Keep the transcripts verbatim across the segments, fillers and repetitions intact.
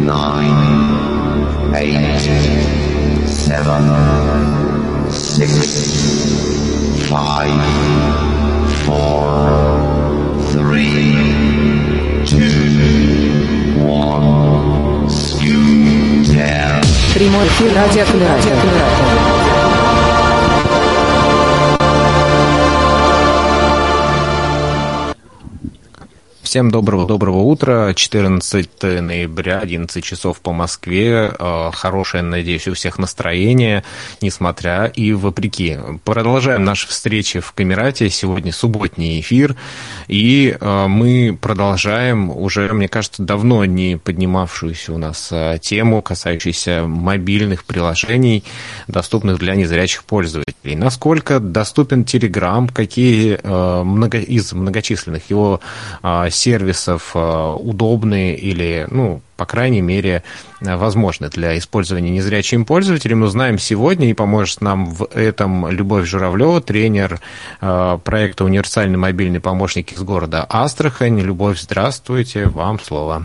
nine, eight, seven, six, five, four, three, two, one, skew down. Прямой эфир радиокоммерация. Всем доброго, доброго утра. четырнадцатое ноября, одиннадцать часов по Москве. Хорошее, надеюсь, у всех настроение, несмотря и вопреки. Продолжаем наши встречи в Камерате. Сегодня субботний эфир. И мы продолжаем уже, мне кажется, давно не поднимавшуюся у нас тему, касающуюся мобильных приложений, доступных для незрячих пользователей. Насколько доступен Telegram, какие из многочисленных его сервисов удобные или, ну, по крайней мере, возможны для использования незрячим пользователям. Узнаем сегодня, и поможет нам в этом Любовь Журавлева, тренер проекта «Универсальный мобильный помощник» из города Астрахань. Любовь, здравствуйте, вам слово.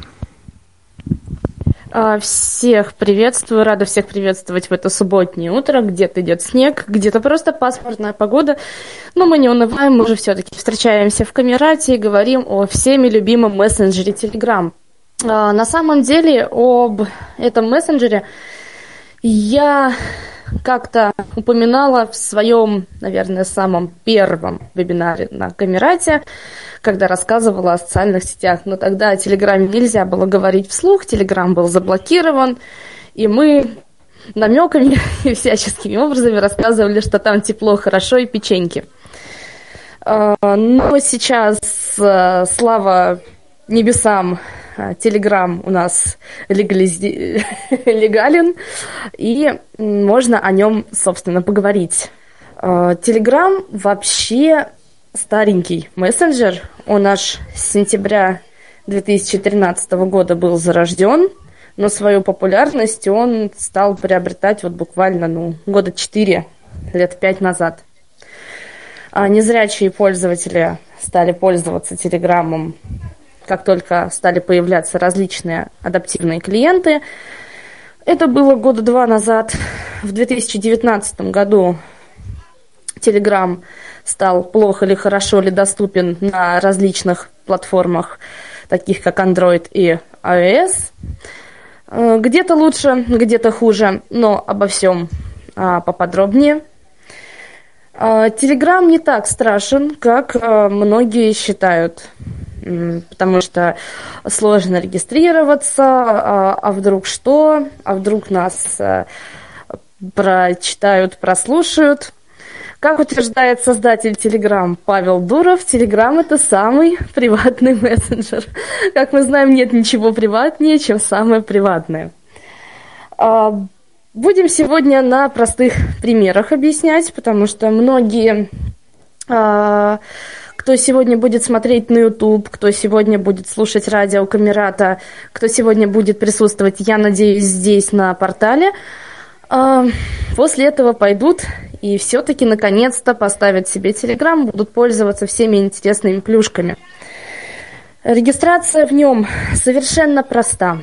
Всех приветствую, рада всех приветствовать в это субботнее утро. Где-то идет снег, где-то просто пасмурная погода. Но мы не унываем, мы же все-таки встречаемся в Камерате и говорим о всеми любимом мессенджере Telegram. На самом деле об этом мессенджере я как-то упоминала в своем, наверное, самом первом вебинаре на Камерате, когда рассказывала о социальных сетях. Но тогда о Телеграме нельзя было говорить вслух, Телеграм был заблокирован, и мы намеками и всяческими образами рассказывали, что там тепло, хорошо и печеньки. Но сейчас, слава небесам, Телеграм у нас легализи... легален, и можно о нем, собственно, поговорить. Телеграм вообще старенький мессенджер. Он аж с сентября две тысячи тринадцатого года был зарожден, но свою популярность он стал приобретать вот буквально, ну, года четыре, лет пять назад. А незрячие пользователи стали пользоваться Телеграмом, как только стали появляться различные адаптивные клиенты. Это было года два назад. В две тысячи девятнадцатом году Telegram стал плохо или хорошо ли доступен на различных платформах, таких как Android и iOS. Где-то лучше, где-то хуже, но обо всем поподробнее. Telegram не так страшен, как многие считают, потому что сложно регистрироваться, а, а вдруг что, а вдруг нас а, прочитают, прослушают. Как утверждает создатель Telegram Павел Дуров, Telegram — это самый приватный мессенджер. Как мы знаем, нет ничего приватнее, чем самое приватное. А, будем сегодня на простых примерах объяснять, потому что многие... А, кто сегодня будет смотреть на YouTube, кто сегодня будет слушать радио Камерата, кто сегодня будет присутствовать, я надеюсь, здесь на портале, после этого пойдут и все-таки наконец-то поставят себе Telegram, будут пользоваться всеми интересными плюшками. Регистрация в нем совершенно проста.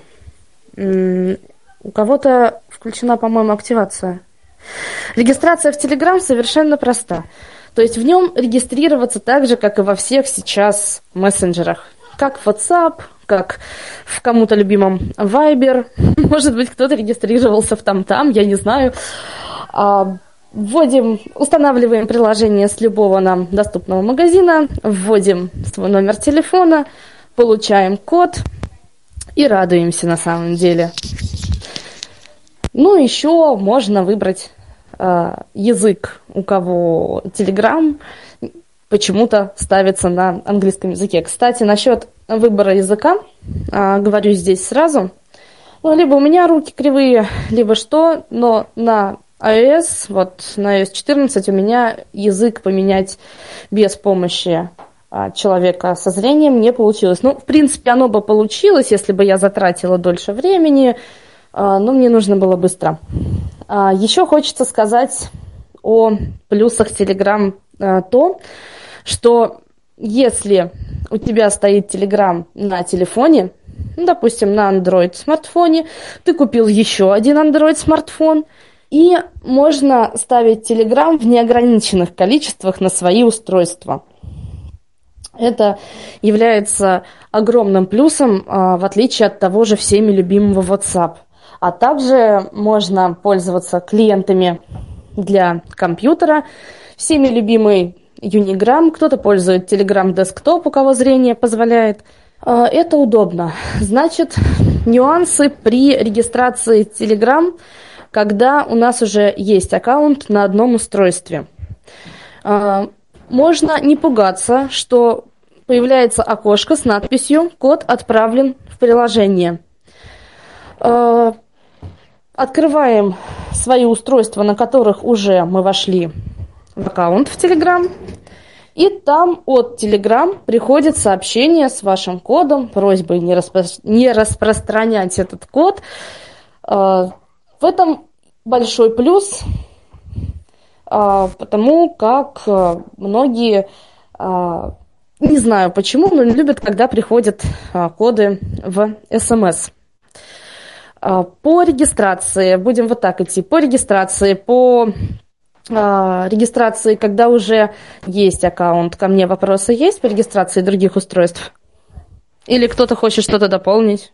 У кого-то включена, по-моему, активация. Регистрация в Telegram совершенно проста. То есть в нем регистрироваться так же, как и во всех сейчас мессенджерах. Как в WhatsApp, как в кому-то любимом Viber. Может быть, кто-то регистрировался в там-там, я не знаю. Вводим, устанавливаем приложение с любого нам доступного магазина, вводим свой номер телефона, получаем код и радуемся на самом деле. Ну, еще можно выбрать язык, у кого Telegram почему-то ставится на английском языке. Кстати, насчет выбора языка, говорю здесь сразу, ну, либо у меня руки кривые, либо что, но на iOS, вот на ай о эс четырнадцать у меня язык поменять без помощи человека со зрением не получилось. Ну, в принципе, оно бы получилось, если бы я затратила дольше времени, но мне нужно было быстро. Еще хочется сказать о плюсах Telegram то, что если у тебя стоит Telegram на телефоне, ну, допустим, на Android-смартфоне, ты купил еще один Android-смартфон, и можно ставить Telegram в неограниченных количествах на свои устройства. Это является огромным плюсом, в отличие от того же всеми любимого WhatsApp. А также можно пользоваться клиентами для компьютера, всеми любимый Unigram, кто-то пользует Telegram Desktop, у кого зрение позволяет. Это удобно. Значит, нюансы при регистрации Telegram, когда у нас уже есть аккаунт на одном устройстве. Можно не пугаться, что появляется окошко с надписью «Код отправлен в приложение». Открываем свои устройства, на которых уже мы вошли в аккаунт в Telegram. И там от Telegram приходит сообщение с вашим кодом, просьбой не, распро- не распространять этот код. В этом большой плюс, потому как многие, не знаю почему, но любят, когда приходят коды в эс эм эс. По регистрации, будем вот так идти, по регистрации, по регистрации, когда уже есть аккаунт, ко мне вопросы есть по регистрации других устройств? Или кто-то хочет что-то дополнить?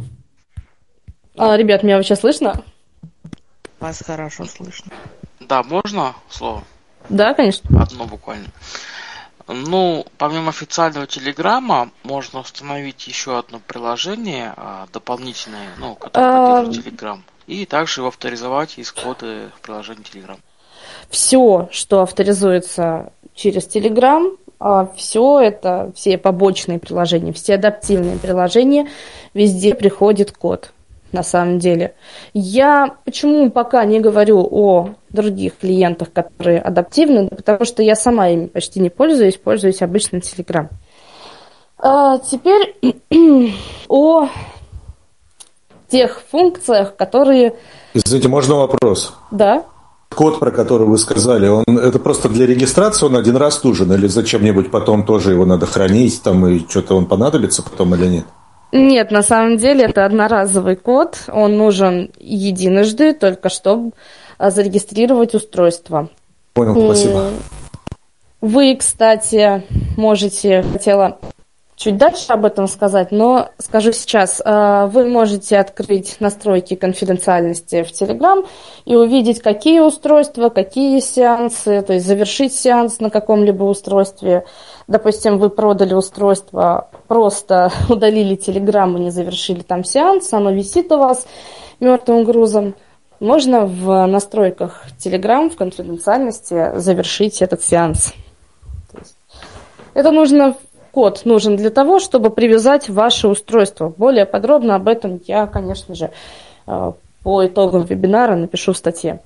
А, ребят, меня вообще слышно? Вас хорошо слышно. Да, можно слово? Да, конечно. Одно буквально. Ну, помимо официального Телеграма, можно установить еще одно приложение дополнительное, ну, которое поддерживает Телеграм, и также его авторизовать из кода в приложении Телеграм. Все, что авторизуется через Telegram, все это, все побочные приложения, все адаптивные приложения, везде приходит код, на самом деле. Я почему пока не говорю о других клиентах, которые адаптивны, потому что я сама ими почти не пользуюсь, пользуюсь обычным Telegram. А теперь о тех функциях, которые... Извините, можно вопрос? Да. Код, про который вы сказали, он это просто для регистрации, он один раз нужен, или зачем-нибудь потом тоже его надо хранить, там и что-то он понадобится потом или нет? Нет, на самом деле это одноразовый код, он нужен единожды, только чтобы зарегистрировать устройство. Понял, спасибо. Вы, кстати, можете, хотела чуть дальше об этом сказать, но скажу сейчас. Вы можете открыть настройки конфиденциальности в Telegram и увидеть, какие устройства, какие сеансы, то есть завершить сеанс на каком-либо устройстве. Допустим, вы продали устройство, просто удалили Telegram и не завершили там сеанс, оно висит у вас мертвым грузом. Можно в настройках Telegram в конфиденциальности завершить этот сеанс. То есть это нужно... Код нужен для того, чтобы привязать ваше устройство. Более подробно об этом я, конечно же, по итогам вебинара напишу в статье.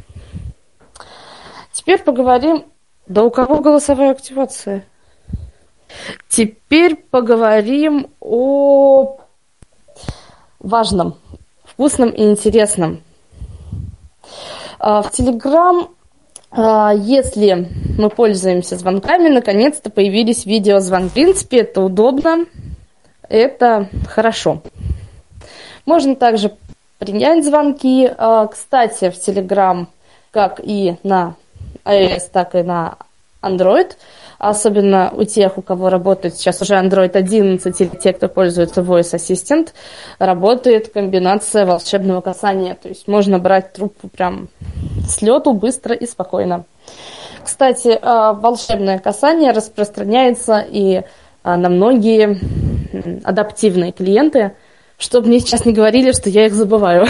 Теперь поговорим... Да у кого голосовая активация? Теперь поговорим о важном, вкусном и интересном. В Telegram... Если мы пользуемся звонками, наконец-то появились видеозвонки. В принципе, это удобно, это хорошо. Можно также принять звонки. Кстати, в Telegram, как и на iOS, так и на Android, особенно у тех, у кого работает сейчас уже Android одиннадцать или те, кто пользуется Voice Assistant, работает комбинация волшебного касания. То есть можно брать трубку прям с лету быстро и спокойно. Кстати, волшебное касание распространяется и на многие адаптивные клиенты, чтобы мне сейчас не говорили, что я их забываю.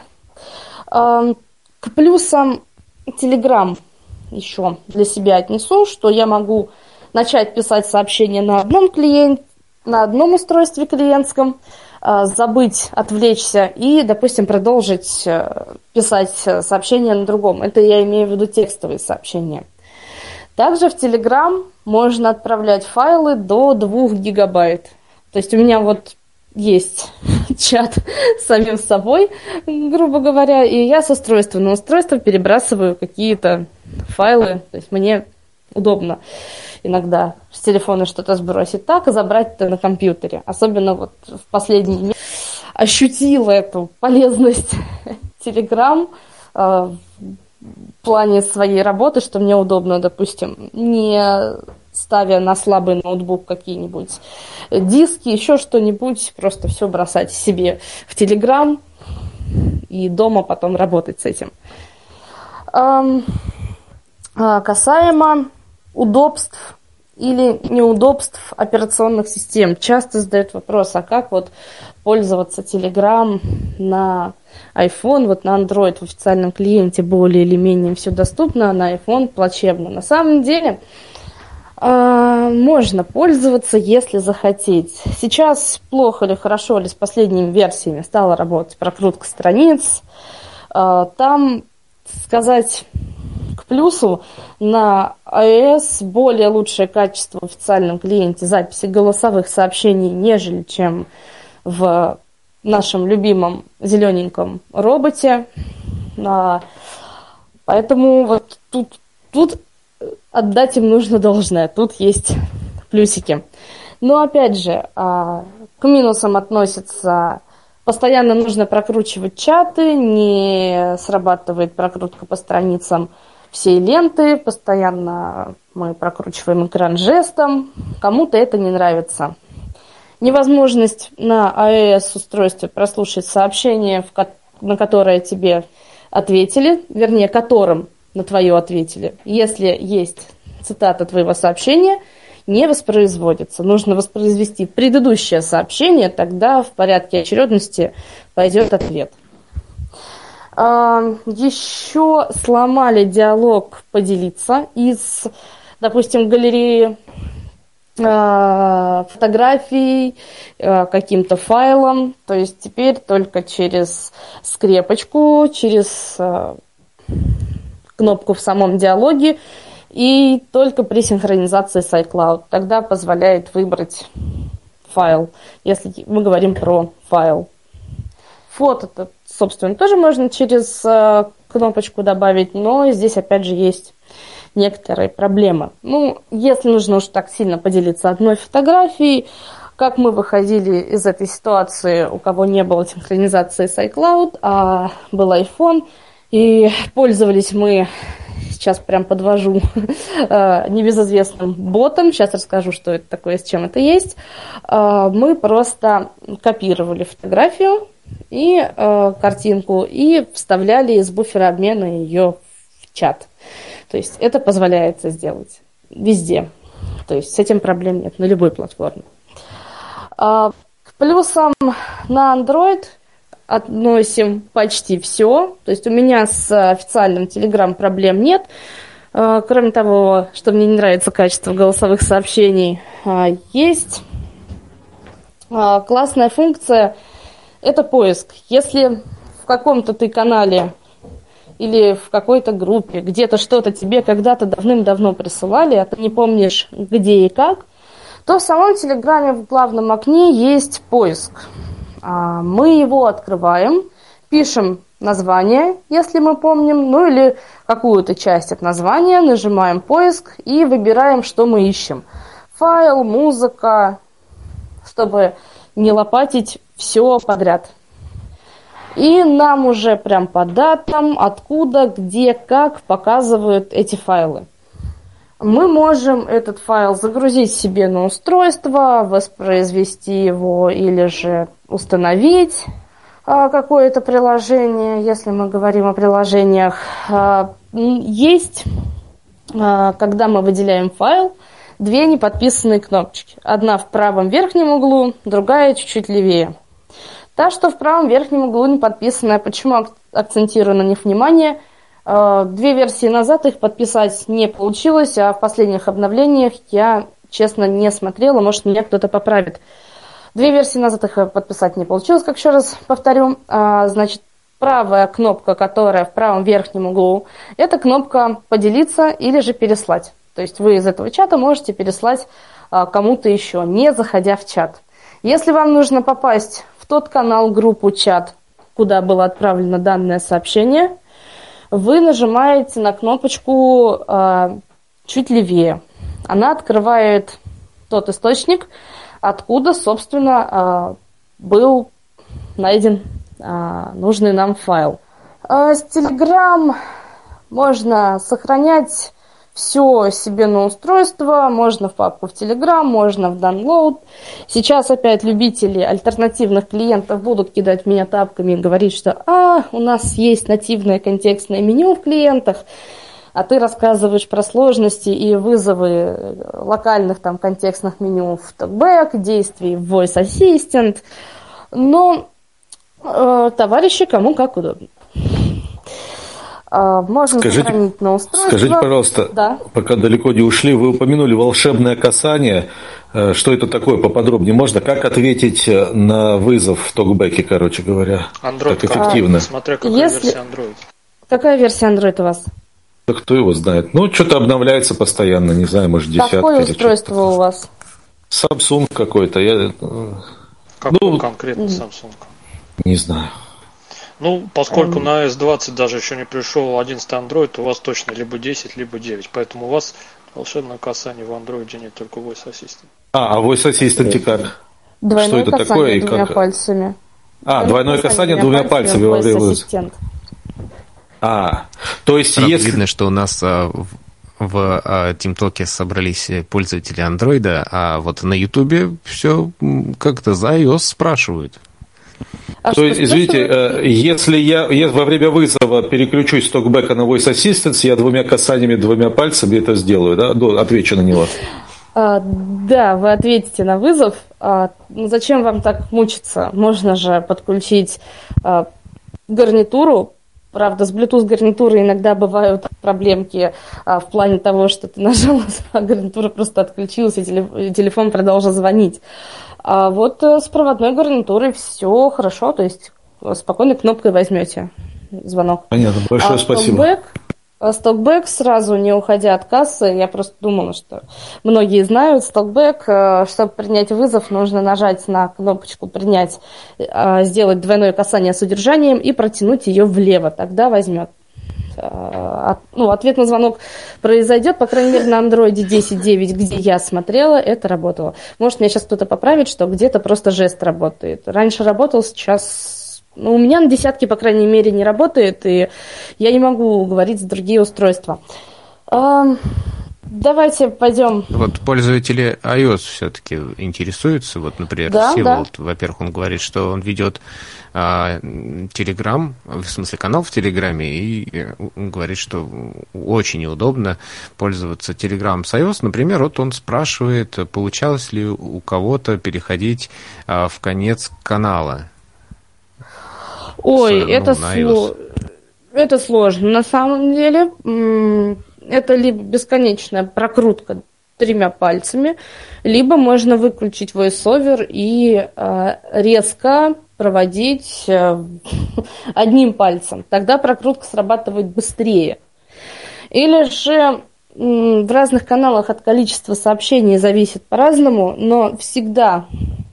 К плюсам Telegram еще для себя отнесу, что я могу начать писать сообщение на одном клиенте, на одном устройстве клиентском, забыть, отвлечься и, допустим, продолжить писать сообщение на другом. Это я имею в виду текстовые сообщения. Также в Telegram можно отправлять файлы до двух гигабайт. То есть у меня вот есть чат с самим собой, грубо говоря, и я с устройства на устройство перебрасываю какие-то файлы. То есть мне удобно иногда с телефона что-то сбросить так и забрать это на компьютере. Особенно вот в последние дни ощутила эту полезность Telegram э, в плане своей работы, что мне удобно, допустим, не ставя на слабый ноутбук какие-нибудь диски, еще что-нибудь, просто все бросать себе в Telegram и дома потом работать с этим. Эм, касаемо удобств или неудобств операционных систем. Часто задают вопрос, а как вот пользоваться Telegram на iPhone, вот на Android в официальном клиенте более или менее все доступно, а на iPhone плачевно. На самом деле э, можно пользоваться, если захотеть. Сейчас плохо или хорошо ли с последними версиями стала работать прокрутка страниц. Э, там сказать... К плюсу, на iOS более лучшее качество в официальном клиенте записи голосовых сообщений, нежели чем в нашем любимом зелененьком роботе. Поэтому вот тут, тут отдать им нужно должное, тут есть плюсики. Но опять же, к минусам относятся... Постоянно нужно прокручивать чаты, не срабатывает прокрутка по страницам всей ленты, постоянно мы прокручиваем экран жестом, кому-то это не нравится. Невозможность на iOS-устройстве прослушать сообщение, на которое тебе ответили, вернее, которым на твое ответили. Если есть цитата твоего сообщения, не воспроизводится. Нужно воспроизвести предыдущее сообщение, тогда в порядке очередности пойдет ответ. Еще сломали диалог «Поделиться» из, допустим, галереи фотографий каким-то файлом. То есть теперь только через скрепочку, через кнопку в самом диалоге и только при синхронизации с iCloud. Тогда позволяет выбрать файл, если мы говорим про файл. Фото-то, собственно, тоже можно через э, кнопочку добавить, но здесь, опять же, есть некоторые проблемы. Ну, если нужно уж так сильно поделиться одной фотографией, как мы выходили из этой ситуации, у кого не было синхронизации с iCloud, а был iPhone, и пользовались мы, сейчас прям подвожу, небезызвестным ботом, сейчас расскажу, что это такое, с чем это есть, мы просто копировали фотографию и э, картинку и вставляли из буфера обмена ее в чат. То есть это позволяется сделать везде. То есть с этим проблем нет на любой платформе. А, к плюсам на Android относим почти все. То есть у меня с официальным Telegram проблем нет. А, кроме того, что мне не нравится качество голосовых сообщений, а, есть а, классная функция. Это поиск. Если в каком-то ты канале или в какой-то группе где-то что-то тебе когда-то давным-давно присылали, а ты не помнишь где и как, то в самом Телеграме в главном окне есть поиск. Мы его открываем, пишем название, если мы помним, ну или какую-то часть от названия, нажимаем поиск и выбираем, что мы ищем. Файл, музыка, чтобы не лопатить все подряд. И нам уже прям по датам, откуда, где, как показывают эти файлы. Мы можем этот файл загрузить себе на устройство, воспроизвести его или же установить а, какое-то приложение, если мы говорим о приложениях. А, есть, а, когда мы выделяем файл, две неподписанные кнопочки. Одна в правом верхнем углу, другая чуть-чуть левее. Та, что в правом верхнем углу не подписанная. Почему акцентирую на них внимание? Две версии назад их подписать не получилось, а в последних обновлениях я, честно, не смотрела. Может, меня кто-то поправит. Две версии назад их подписать не получилось, как еще раз повторю. Значит, правая кнопка, которая в правом верхнем углу, это кнопка «Поделиться» или же «Переслать». То есть вы из этого чата можете переслать кому-то еще, не заходя в чат. Если вам нужно попасть в тот канал, группу, чат, куда было отправлено данное сообщение, вы нажимаете на кнопочку э, чуть левее. она открывает тот источник, откуда, собственно, был найден нужный нам файл. С Telegram можно сохранять все себе на устройство, можно в папку в Telegram, можно в download. Сейчас опять любители альтернативных клиентов будут кидать меня тапками и говорить, что а, у нас есть нативное контекстное меню в клиентах, а ты рассказываешь про сложности и вызовы локальных там контекстных меню в TalkBack, действий в Voice Assistant. Но, э, товарищи, кому как удобно. Э, можно скажите, сохранить на устройство. Скажите, пожалуйста, да. пока далеко не ушли, вы упомянули волшебное касание. Что это такое поподробнее? Можно? Как ответить на вызов в TalkBack, короче говоря? Android, так эффективно. А, смотря какая Если... версия Android. Какая версия Android у вас? Да кто его знает? Ну, что-то обновляется постоянно, не знаю, может, десятка. Какое устройство у вас? Samsung какой-то. Я... Какой ну, конкретно Samsung? Не знаю. Ну, поскольку на эс двадцать даже еще не пришел одиннадцатый Android, у вас точно либо десять, либо девять. Поэтому у вас волшебное касание в Android нет, только Voice Assistant. А, а Voice Assistant как? Двойное что это касание такое и двумя как? пальцами. А, двойное касание двумя пальцами во время вызова. А, то есть Правда, если... видно, что у нас а, в, в а, TeamTalk собрались пользователи Андроида, а вот на Ютубе все как-то за iOS спрашивают. А то есть, извините, если я, я во время вызова переключусь с TalkBack на Voice Assistant, я двумя касаниями, двумя пальцами это сделаю, да? Отвечу на него. А, да, вы ответите на вызов. А, ну, зачем вам так мучиться? Можно же подключить а, гарнитуру. Правда, с Bluetooth гарнитурой иногда бывают проблемки а, в плане того, что ты нажал, а гарнитура просто отключилась, и телефон продолжил звонить. А вот с проводной гарнитурой все хорошо, то есть спокойно кнопкой возьмете звонок. Понятно, большое а спасибо. TalkBack, а с TalkBack сразу не уходя от кассы, я просто думала, что многие знают, с TalkBack, чтобы принять вызов, нужно нажать на кнопочку «Принять», сделать двойное касание с удержанием и протянуть ее влево, тогда возьмет. Ну, ответ на звонок произойдет, по крайней мере, на андроиде десять девять, где я смотрела, это работало. Может, меня сейчас кто-то поправит, что где-то просто жест работает. Раньше работал, сейчас... Ну, у меня на десятке, по крайней мере, не работает, и я не могу говорить за другие устройства. Давайте пойдем. Вот пользователи iOS все-таки интересуются. Вот, например, да, Всеволод, да. во-первых, он говорит, что он ведет а, Telegram, в смысле канал в Телеграме, и он говорит, что очень неудобно пользоваться Telegram с iOS. Например, вот он спрашивает, получалось ли у кого-то переходить а, в конец канала. Ой, с, ну, это, сло... это сложно. На самом деле... Это либо бесконечная прокрутка тремя пальцами, либо можно выключить VoiceOver и э, резко проводить э, одним пальцем. Тогда прокрутка срабатывает быстрее. Или же э, в разных каналах от количества сообщений зависит по-разному, но всегда,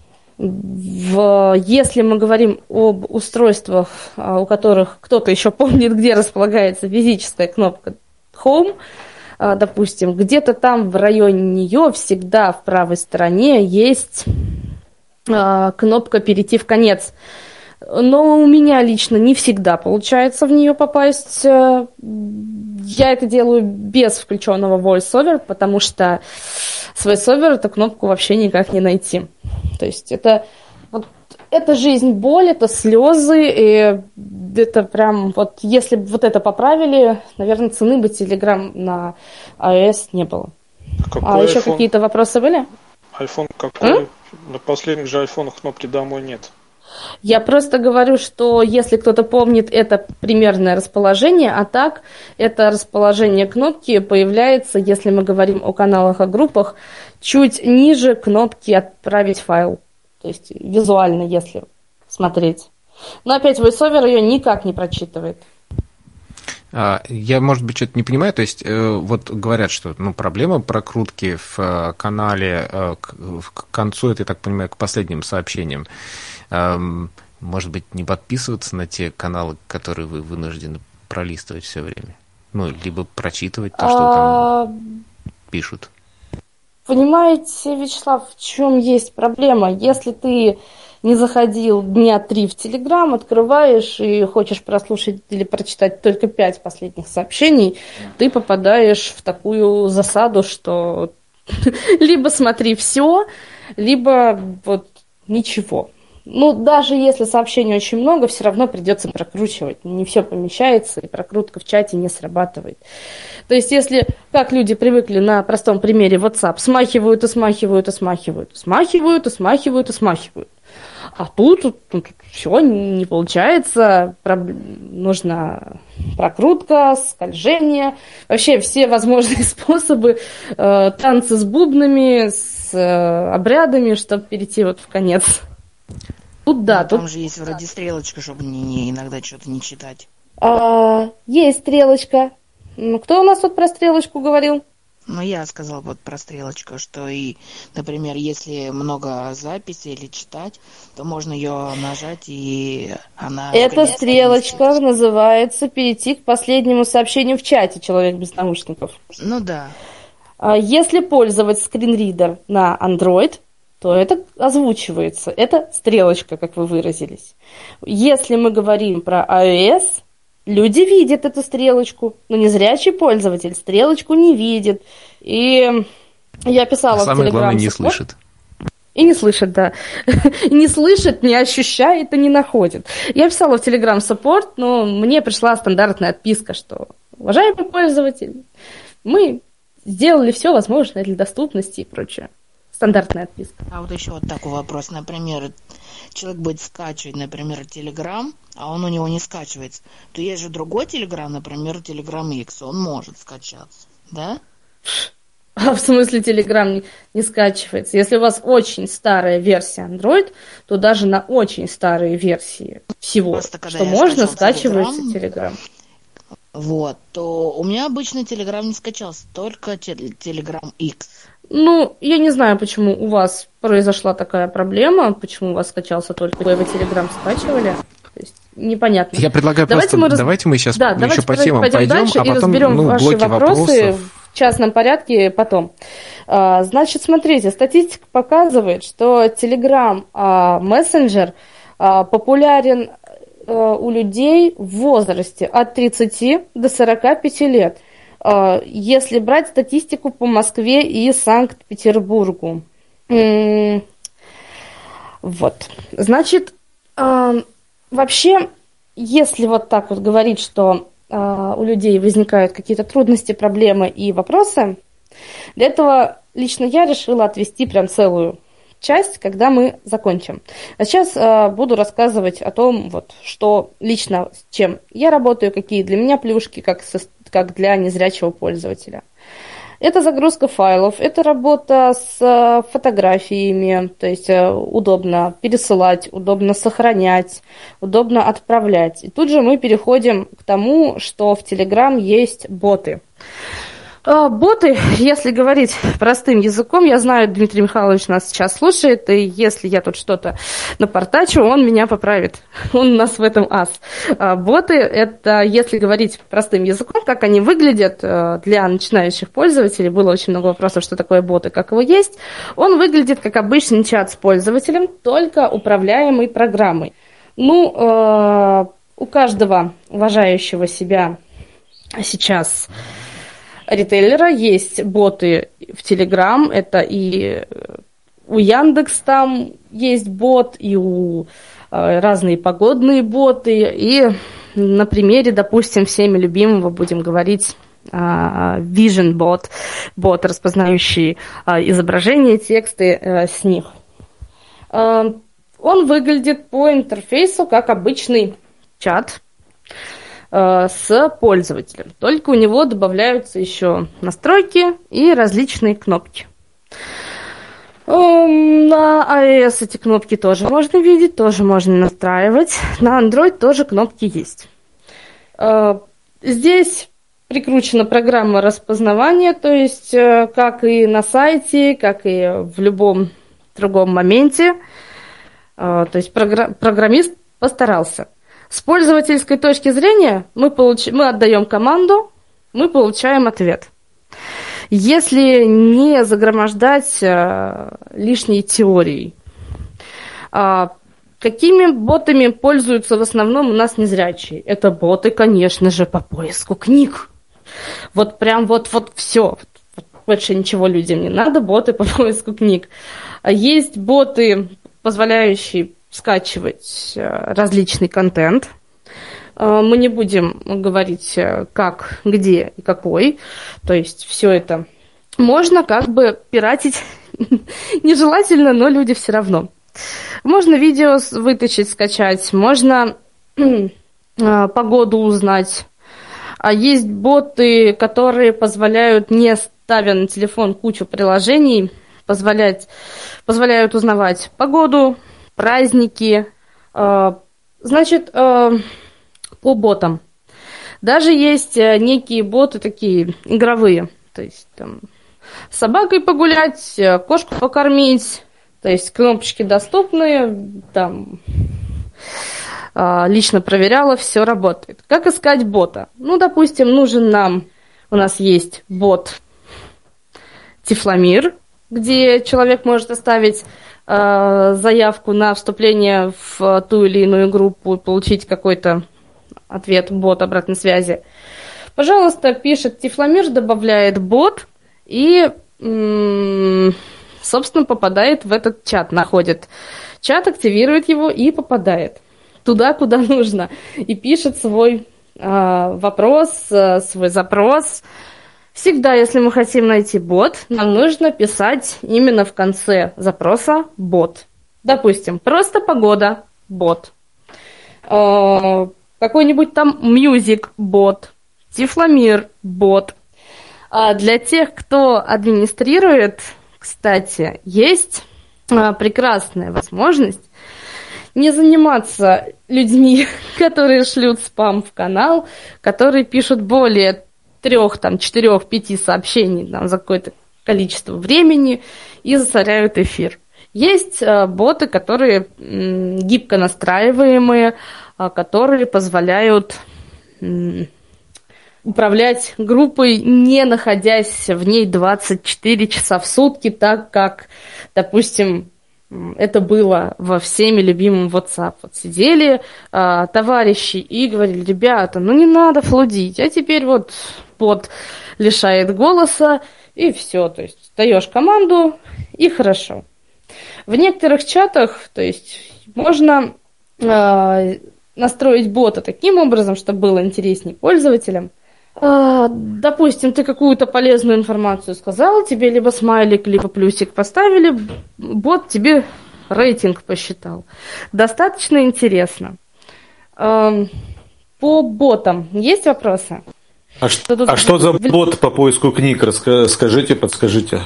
в, если мы говорим об устройствах, э, у которых кто-то еще помнит, где располагается физическая кнопка Home, допустим, где-то там в районе нее всегда в правой стороне есть кнопка «Перейти в конец». Но у меня лично не всегда получается в нее попасть. Я это делаю без включенного VoiceOver, потому что с VoiceOver эту кнопку вообще никак не найти. То есть это... Это жизнь, боль, это слезы, и это прям вот, если бы вот это поправили, наверное, цены бы Telegram на iOS не было. Какой а еще iPhone? Какие-то вопросы были? iPhone какой? М? На последних же айфонах кнопки «Домой» нет. Я просто говорю, что если кто-то помнит, это примерное расположение, а так это расположение кнопки появляется, если мы говорим о каналах, о группах, чуть ниже кнопки «Отправить файл». То есть визуально, если смотреть. Но опять VoiceOver ее никак не прочитывает. Я, может быть, что-то не понимаю. То есть, вот говорят, что ну, проблема прокрутки в канале к концу, это, я так понимаю, к последним сообщениям. Может быть, не подписываться на те каналы, которые вы вынуждены пролистывать все время? Ну, либо прочитывать то, что там пишут. Понимаете, Вячеслав, в чем есть проблема? Если ты не заходил дня три в Телеграм, открываешь и хочешь прослушать или прочитать только пять последних сообщений, ты попадаешь в такую засаду, что либо смотри все, либо вот ничего. Ну, даже если сообщений очень много, все равно придется прокручивать. Не все помещается, и прокрутка в чате не срабатывает. То есть, если, как люди привыкли на простом примере WhatsApp, смахивают и смахивают и смахивают, смахивают и смахивают и смахивают. А тут, тут, тут все не получается, Проб... нужна прокрутка, скольжение, вообще все возможные способы, э, танцы с бубнами, с э, обрядами, чтобы перейти вот в конец. Тут да, ну, тут... Там же есть вроде стрелочка, чтобы не, не, иногда что-то не читать. А, есть стрелочка. Кто у нас тут про стрелочку говорил? Ну, я сказал вот про стрелочку, что и, например, если много записей или читать, то можно ее нажать, и она... Эта стрелочка называется «Перейти к последнему сообщению в чате», человек без наушников. Ну да. Если пользовать скринридер на Android, то это озвучивается. Это стрелочка, как вы выразились. Если мы говорим про iOS, люди видят эту стрелочку, но незрячий пользователь стрелочку не видит. И я писала а в самое Telegram главное, не support, слышит. И не слышит, да. Не слышит, не ощущает и не находит. Я писала в Telegram Support, но мне пришла стандартная отписка, что, уважаемый пользователь, мы сделали все возможное для доступности и прочее. Стандартная отписка. А вот еще вот такой вопрос. Например, человек будет скачивать, например, Telegram, а он у него не скачивается. То есть же другой Telegram, например, Telegram X, он может скачаться, да? А в смысле Telegram не, не скачивается? Если у вас очень старая версия Android, то даже на очень старые версии всего, Просто, что можно, скачивается Telegram. Telegram. Вот, то у меня обычно Telegram не скачался, только Telegram X. Ну, я не знаю, почему у вас произошла такая проблема, почему у вас скачался только вы его Telegram скачивали. То есть непонятно. Я предлагаю давайте просто, мы раз... давайте мы сейчас да, еще давайте по темам пойдем, пойдем, дальше а потом и разберем ну, ваши блоки вопросы вопросов. в частном порядке потом. А, значит, смотрите, статистика показывает, что Telegram а, мессенджер а, популярен а, у людей в возрасте от тридцати до сорока пяти лет. Если брать статистику по Москве и Санкт-Петербургу. Вот. Значит, вообще, если вот так вот говорить, что у людей возникают какие-то трудности, проблемы и вопросы, для этого лично я решила отвести прям целую часть, когда мы закончим. А сейчас э, буду рассказывать о том, вот, что лично с чем я работаю, какие для меня плюшки, как, со, как для незрячего пользователя. Это загрузка файлов, это работа с э, фотографиями, то есть э, удобно пересылать, удобно сохранять, удобно отправлять. И тут же мы переходим к тому, что в Telegram есть боты. Боты, если говорить простым языком, я знаю, Дмитрий Михайлович нас сейчас слушает, и если я тут что-то напортачу, он меня поправит. Он у нас в этом ас. Боты, это, если говорить простым языком, как они выглядят для начинающих пользователей, было очень много вопросов, что такое боты, как его есть. Он выглядит как обычный чат с пользователем, только управляемый программой. Ну, у каждого уважающего себя сейчас ритейлера есть боты в Telegram, это и у Яндекс там есть бот, и у э, разные погодные боты, и на примере, допустим, всеми любимого будем говорить э, Vision Bot, бот, распознающий э, изображения, тексты э, с них. Э, он выглядит по интерфейсу как обычный чат с пользователем. Только у него добавляются еще настройки и различные кнопки. На iOS эти кнопки тоже можно видеть, тоже можно настраивать. На Android тоже кнопки есть. Здесь прикручена программа распознавания, то есть как и на сайте, как и в любом другом моменте. То есть программист постарался. С пользовательской точки зрения мы, получ... мы отдаем команду, мы получаем ответ. если не загромождать э, лишней теорией. А, какими ботами пользуются в основном у нас незрячие? Это боты, конечно же, по поиску книг. Вот прям вот, вот все. Больше ничего людям не надо, боты по поиску книг. Есть боты, позволяющие скачивать различный контент. Мы не будем говорить, как, где и какой. То есть все это можно как бы пиратить нежелательно, но люди все равно. Можно видео вытащить, скачать, можно погоду узнать. А есть боты, которые позволяют, не ставя на телефон кучу приложений, позволять, позволяют узнавать погоду, праздники. Значит, по ботам. Даже есть некие боты такие игровые. То есть там с собакой погулять, кошку покормить. То есть кнопочки доступны, там лично проверяла, все работает. Как искать бота? Ну, допустим, нужен нам, у нас есть бот Тифломир, где человек может оставить э, заявку на вступление в ту или иную группу и получить какой-то ответ, бот обратной связи. Пожалуйста, пишет Тифломир, добавляет бот и, м- собственно, попадает в этот чат, находит чат, активирует его и попадает туда, куда нужно, и пишет свой э, вопрос, э, свой запрос. Всегда, если мы хотим найти бот, нам нужно писать именно в конце запроса бот. Допустим, просто погода, бот. Э, какой-нибудь там music, бот. Тифломир, бот. А для тех, кто администрирует, кстати, есть э, прекрасная возможность не заниматься людьми, которые шлют спам в канал, которые пишут более трех, там, четырех, пяти сообщений там, за какое-то количество времени и засоряют эфир. Есть э, боты, которые м, гибко настраиваемые, э, которые позволяют м, управлять группой, не находясь в ней двадцать четыре часа в сутки, так как, допустим, это было во всеми любимом WhatsApp. Вот сидели а, товарищи и говорили: ребята, ну не надо флудить, а теперь вот бот лишает голоса, и все. То есть даешь команду, и хорошо. В некоторых чатах, то есть можно а, настроить бота таким образом, чтобы было интереснее пользователям. А, допустим, ты какую-то полезную информацию сказал, тебе либо смайлик, либо плюсик поставили, бот тебе рейтинг посчитал. Достаточно интересно. А, по ботам есть вопросы? А, что, а что за бот по поиску книг? Расскажите, подскажите.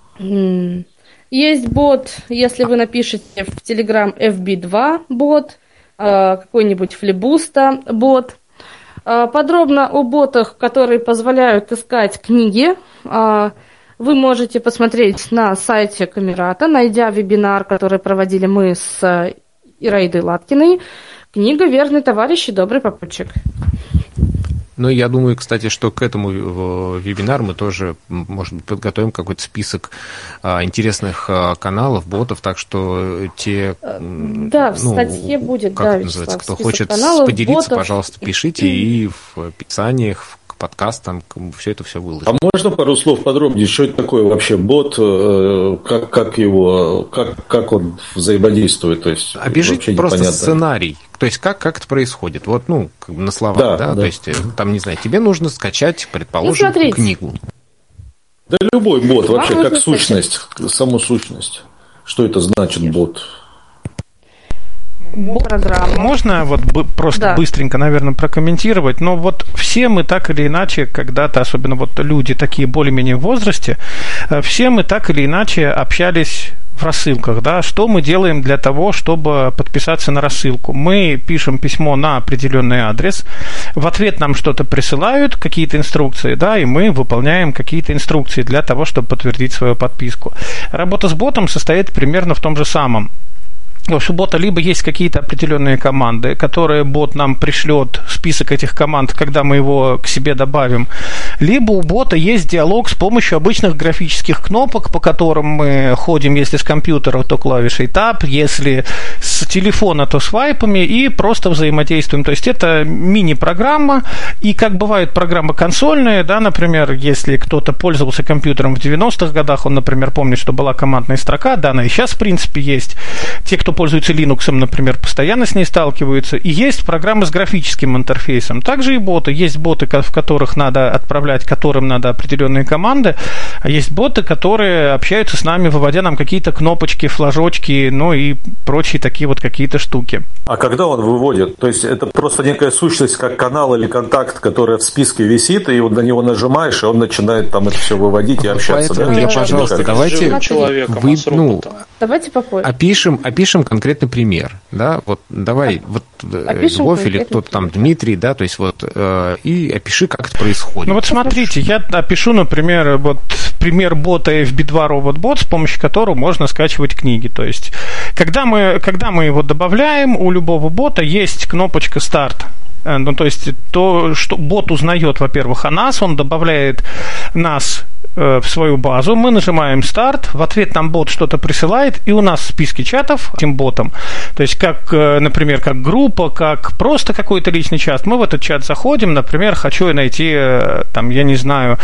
Есть бот, если вы напишете в Telegram эф би два бот, какой-нибудь Флибуста бот. Подробно о ботах, которые позволяют искать книги, вы можете посмотреть на сайте Камерата, найдя вебинар, который проводили мы с Ираидой Латкиной. Книга «Верный товарищ и добрый попутчик». Ну, я думаю, кстати, что к этому вебинару мы тоже, может быть, подготовим какой-то список а, интересных а, каналов, ботов, так что те... Да, в ну, статье будет, как да, это называется, Вячеслав, кто хочет каналов, поделиться, ботов. Пожалуйста, пишите, и в описаниях, к подкастам все это все выложим. А можно пару слов подробнее, что это такое вообще бот, как, как его, как, как он взаимодействует? То есть, обижить просто непонятно. Сценарий. То есть как, как это происходит? Вот, ну, на словах, да, да? да? То есть, там, не знаю, тебе нужно скачать, предположим, ну, книгу. Да любой бот, вообще, как сущность, саму сущность. Что это значит бот? Программа. Можно вот просто да. быстренько, наверное, прокомментировать, но вот все мы так или иначе когда-то, особенно вот люди такие более-менее в возрасте, все мы так или иначе общались в рассылках, да, что мы делаем для того, чтобы подписаться на рассылку? Мы пишем письмо на определенный адрес, в ответ нам что-то присылают, какие-то инструкции, да, и мы выполняем какие-то инструкции для того, чтобы подтвердить свою подписку. Работа с ботом состоит примерно в том же самом. У бота либо есть какие-то определенные команды, которые бот нам пришлет, список этих команд, когда мы его к себе добавим, либо у бота есть диалог с помощью обычных графических кнопок, по которым мы ходим, если с компьютера, то клавишей Tab, если с телефона, то свайпами, и просто взаимодействуем. То есть это мини-программа, и как бывает программа консольная, да, например, если кто-то пользовался компьютером в девяностых годах, он, например, помнит, что была командная строка, да, она и сейчас, в принципе, есть. Те, кто пользуется Linux, например, постоянно с ней сталкиваются. И есть программы с графическим интерфейсом. Также и боты. Есть боты, в которых надо отправлять, которым надо определенные команды, а есть боты, которые общаются с нами, выводя нам какие-то кнопочки, флажочки, ну и прочие такие вот какие-то штуки. А когда он выводит? То есть это просто некая сущность, как канал или контакт, которая в списке висит, и вот на него нажимаешь, и он начинает там это все выводить и общаться. Поэтому да? я, пожалуйста, давайте, вы, ну, давайте попозже. Опишем, опишем конкретный пример, да, вот давай, вот опишем Львов или кто-то там, Дмитрий, да, то есть вот, э, и опиши, как это происходит. Ну вот смотрите, я опишу, например, вот пример бота эф би два RobotBot, с помощью которого можно скачивать книги. То есть, когда мы, когда мы его добавляем, у любого бота есть кнопочка «Старт». Ну, то есть, то, что бот узнает, во-первых, о нас, он добавляет нас э, в свою базу, мы нажимаем «Старт», в ответ нам бот что-то присылает, и у нас в списке чатов этим ботом, то есть, как, э, например, как группа, как просто какой-то личный чат, мы в этот чат заходим, например, хочу я найти, э, там, я не знаю,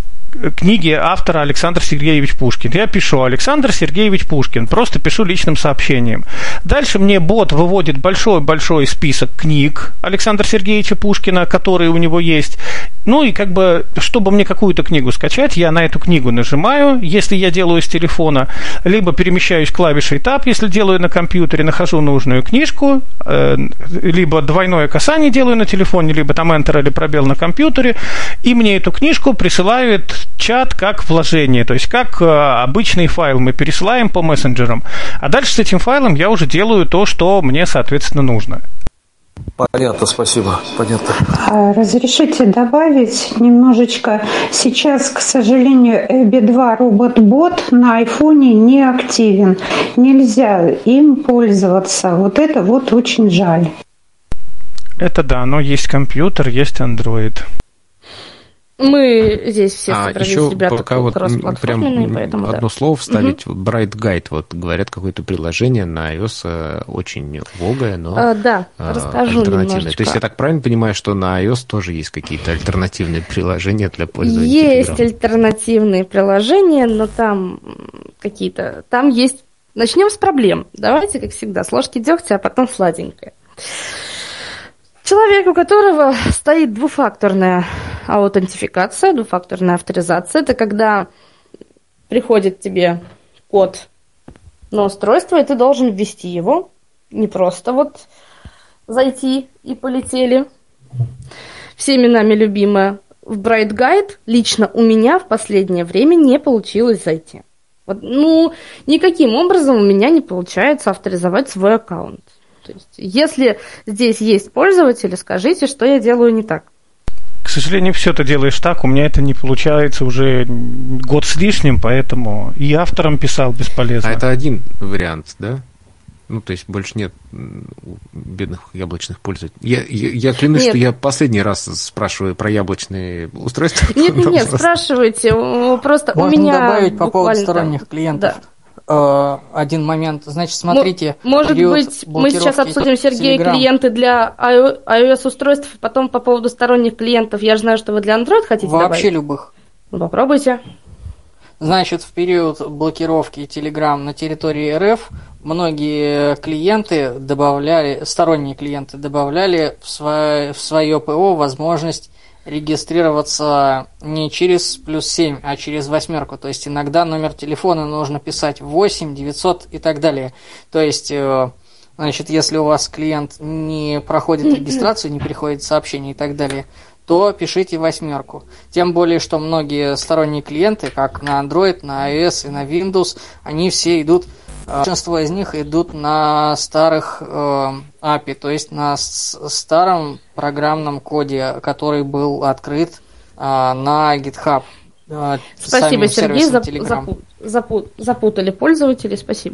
книги автора Александр Сергеевич Пушкин. Я пишу Александр Сергеевич Пушкин, просто пишу личным сообщением. Дальше мне бот выводит большой-большой список книг Александра Сергеевича Пушкина, которые у него есть. Ну и как бы, чтобы мне какую-то книгу скачать, я на эту книгу нажимаю, если я делаю с телефона, либо перемещаюсь клавишей Tab, если делаю на компьютере, нахожу нужную книжку, либо двойное касание делаю на телефоне, либо там Enter или пробел на компьютере, и мне эту книжку присылают чат как вложение, то есть как обычный файл мы пересылаем по мессенджерам. А дальше с этим файлом я уже делаю то, что мне, соответственно, нужно. Понятно, спасибо. Понятно. Разрешите добавить немножечко. Сейчас, к сожалению, эф би два RobotBot на айфоне не активен. Нельзя им пользоваться. Вот это вот очень жаль. Это да, но есть компьютер, есть Android. Мы здесь все а, собрались, еще ребята, пока вот прям поэтому, одно да. слово вставить. Угу. Bright Guide, вот говорят, какое-то приложение на iOS очень убогое, но а, да, расскажу альтернативное. немножечко. То есть я так правильно понимаю, что на iOS тоже есть какие-то альтернативные приложения для пользования Есть Telegram? Альтернативные приложения, но там какие-то... Там есть... Начнем с проблем. Давайте, как всегда, с ложки дегтя, а потом сладенькое. Человек, у которого стоит двухфакторная аутентификация, двухфакторная авторизация, это когда приходит тебе код на устройство, и ты должен ввести его, не просто вот зайти и полетели. Всеми нами любимая. В Bright Guide лично у меня в последнее время не получилось зайти. Вот, ну, никаким образом у меня не получается авторизовать свой аккаунт. То есть, если здесь есть пользователи, скажите, что я делаю не так. К сожалению, все ты делаешь так, у меня это не получается уже год с лишним, поэтому и автором писал бесполезно. А это один вариант, да? Ну, то есть больше нет бедных яблочных пользователей. Я, я, я клянусь, нет. Что я последний раз спрашиваю про яблочные устройства. Нет, нет, нет, спрашивайте. Просто можно у меня добавить по поводу сторонних там, клиентов. Да. Один момент. Значит, смотрите. Может быть, мы сейчас обсудим, Сергей, Telegram. Клиенты для iOS-устройств, потом по поводу сторонних клиентов. Я же знаю, что вы для Android хотите Вообще добавить. Вообще любых. Ну, попробуйте. Значит, в период блокировки Telegram на территории эр эф многие клиенты добавляли, сторонние клиенты добавляли в свое, в свое ПО возможность регистрироваться не через плюс семь, а через восьмерку. То есть иногда номер телефона нужно писать восемь, девятьсот и так далее. То есть, значит, если у вас клиент не проходит регистрацию, не приходит сообщение и так далее, то пишите восьмерку. Тем более, что многие сторонние клиенты, как на Android, на iOS и на Windows, они все идут, большинство из них идут на старых э, эй пи ай, то есть на с- старом программном коде, который был открыт э, на GitHub. Э, спасибо, Сергей, зап- запу- запу- запутали пользователей, спасибо.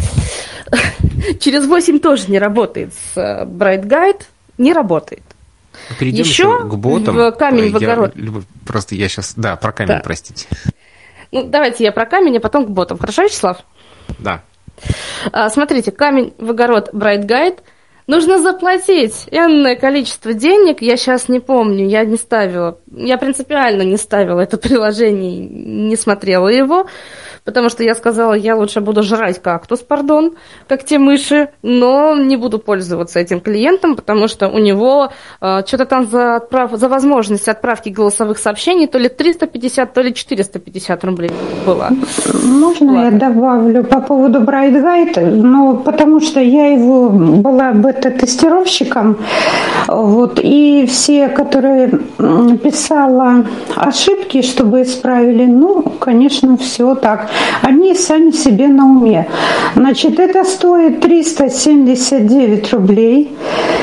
Через восемь тоже не работает с Bright Guide, не работает. Перейдем еще, еще к ботам. В камень в огород. Я, просто я сейчас... Да, про камень, да. Простите. Ну, давайте я про камень, а потом к ботам. Хорошо, Вячеслав? Да. А, смотрите, камень в огород Bright Guide. Нужно заплатить энное количество денег, я сейчас не помню, я не ставила, я принципиально не ставила это приложение, не смотрела его, потому что я сказала, я лучше буду жрать кактус, пардон, как те мыши, но не буду пользоваться этим клиентом, потому что у него э, что-то там за, отправ... за возможность отправки голосовых сообщений то ли триста пятьдесят, то ли четыреста пятьдесят рублей было. Можно Ладно. Я добавлю по поводу Bright Guide? Ну, потому что я его была бета-тестировщиком, вот, и все, которые писала ошибки, чтобы исправили, ну, конечно, все так. Они сами себе на уме. Значит, это стоит триста семьдесят девять рублей.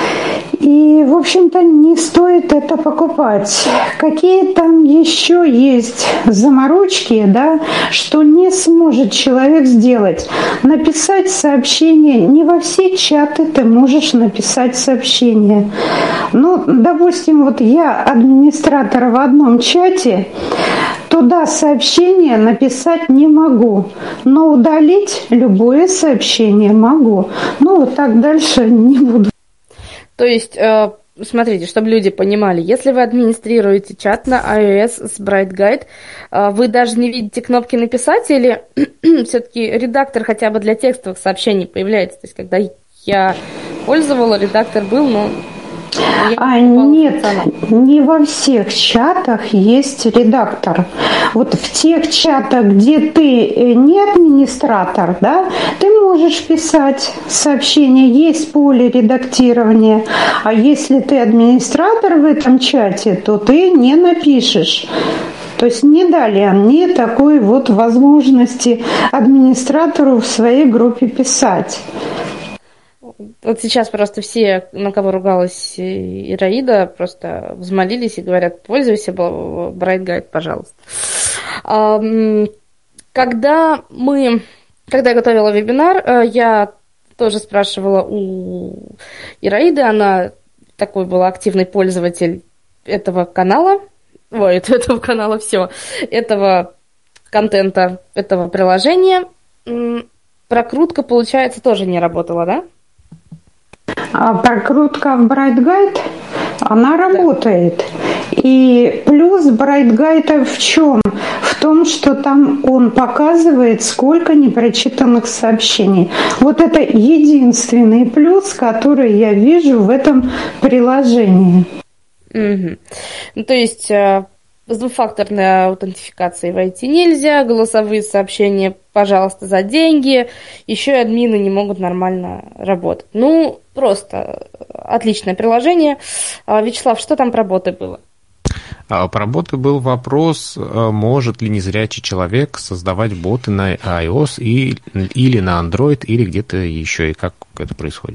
И, в общем-то, не стоит это покупать. Какие там еще есть заморочки, да, что не сможет человек сделать? Написать сообщение. Не во все чаты ты можешь написать сообщение. Ну, допустим, вот я администратор в одном чате, туда сообщение написать не могу, но удалить любое сообщение могу. Ну, вот так дальше не буду. То есть, смотрите, чтобы люди понимали, если вы администрируете чат на iOS с Bright Guide, вы даже не видите кнопки «Написать» или все-таки редактор хотя бы для текстовых сообщений появляется? То есть, когда я пользовала, редактор был, но... А нет, не во всех чатах есть редактор. Вот в тех чатах, где ты не администратор, да, ты можешь писать сообщения, есть поле редактирования. А если ты администратор в этом чате, то ты не напишешь. То есть не дали мне такой вот возможности администратору в своей группе писать. Вот сейчас просто все, на кого ругалась Ираида, просто взмолились и говорят, пользуйся Bright Guide, пожалуйста. Когда мы, когда я готовила вебинар, я тоже спрашивала у Ираиды, она такой была активный пользователь этого канала, ой, этого канала, все, этого контента, этого приложения. Прокрутка, получается, тоже не работала, да? А прокрутка в Bright Guide, она работает. И плюс Bright Guide в чем? В том, что там он показывает, сколько непрочитанных сообщений. Вот это единственный плюс, который я вижу в этом приложении. Угу. Ну, то есть с двухфакторной аутентификацией войти нельзя, голосовые сообщения, пожалуйста, за деньги, еще и админы не могут нормально работать. Ну, просто отличное приложение. Вячеслав, что там про боты было? Про боты был вопрос, может ли незрячий человек создавать боты на iOS и, или на Android, или где-то еще, и как это происходит?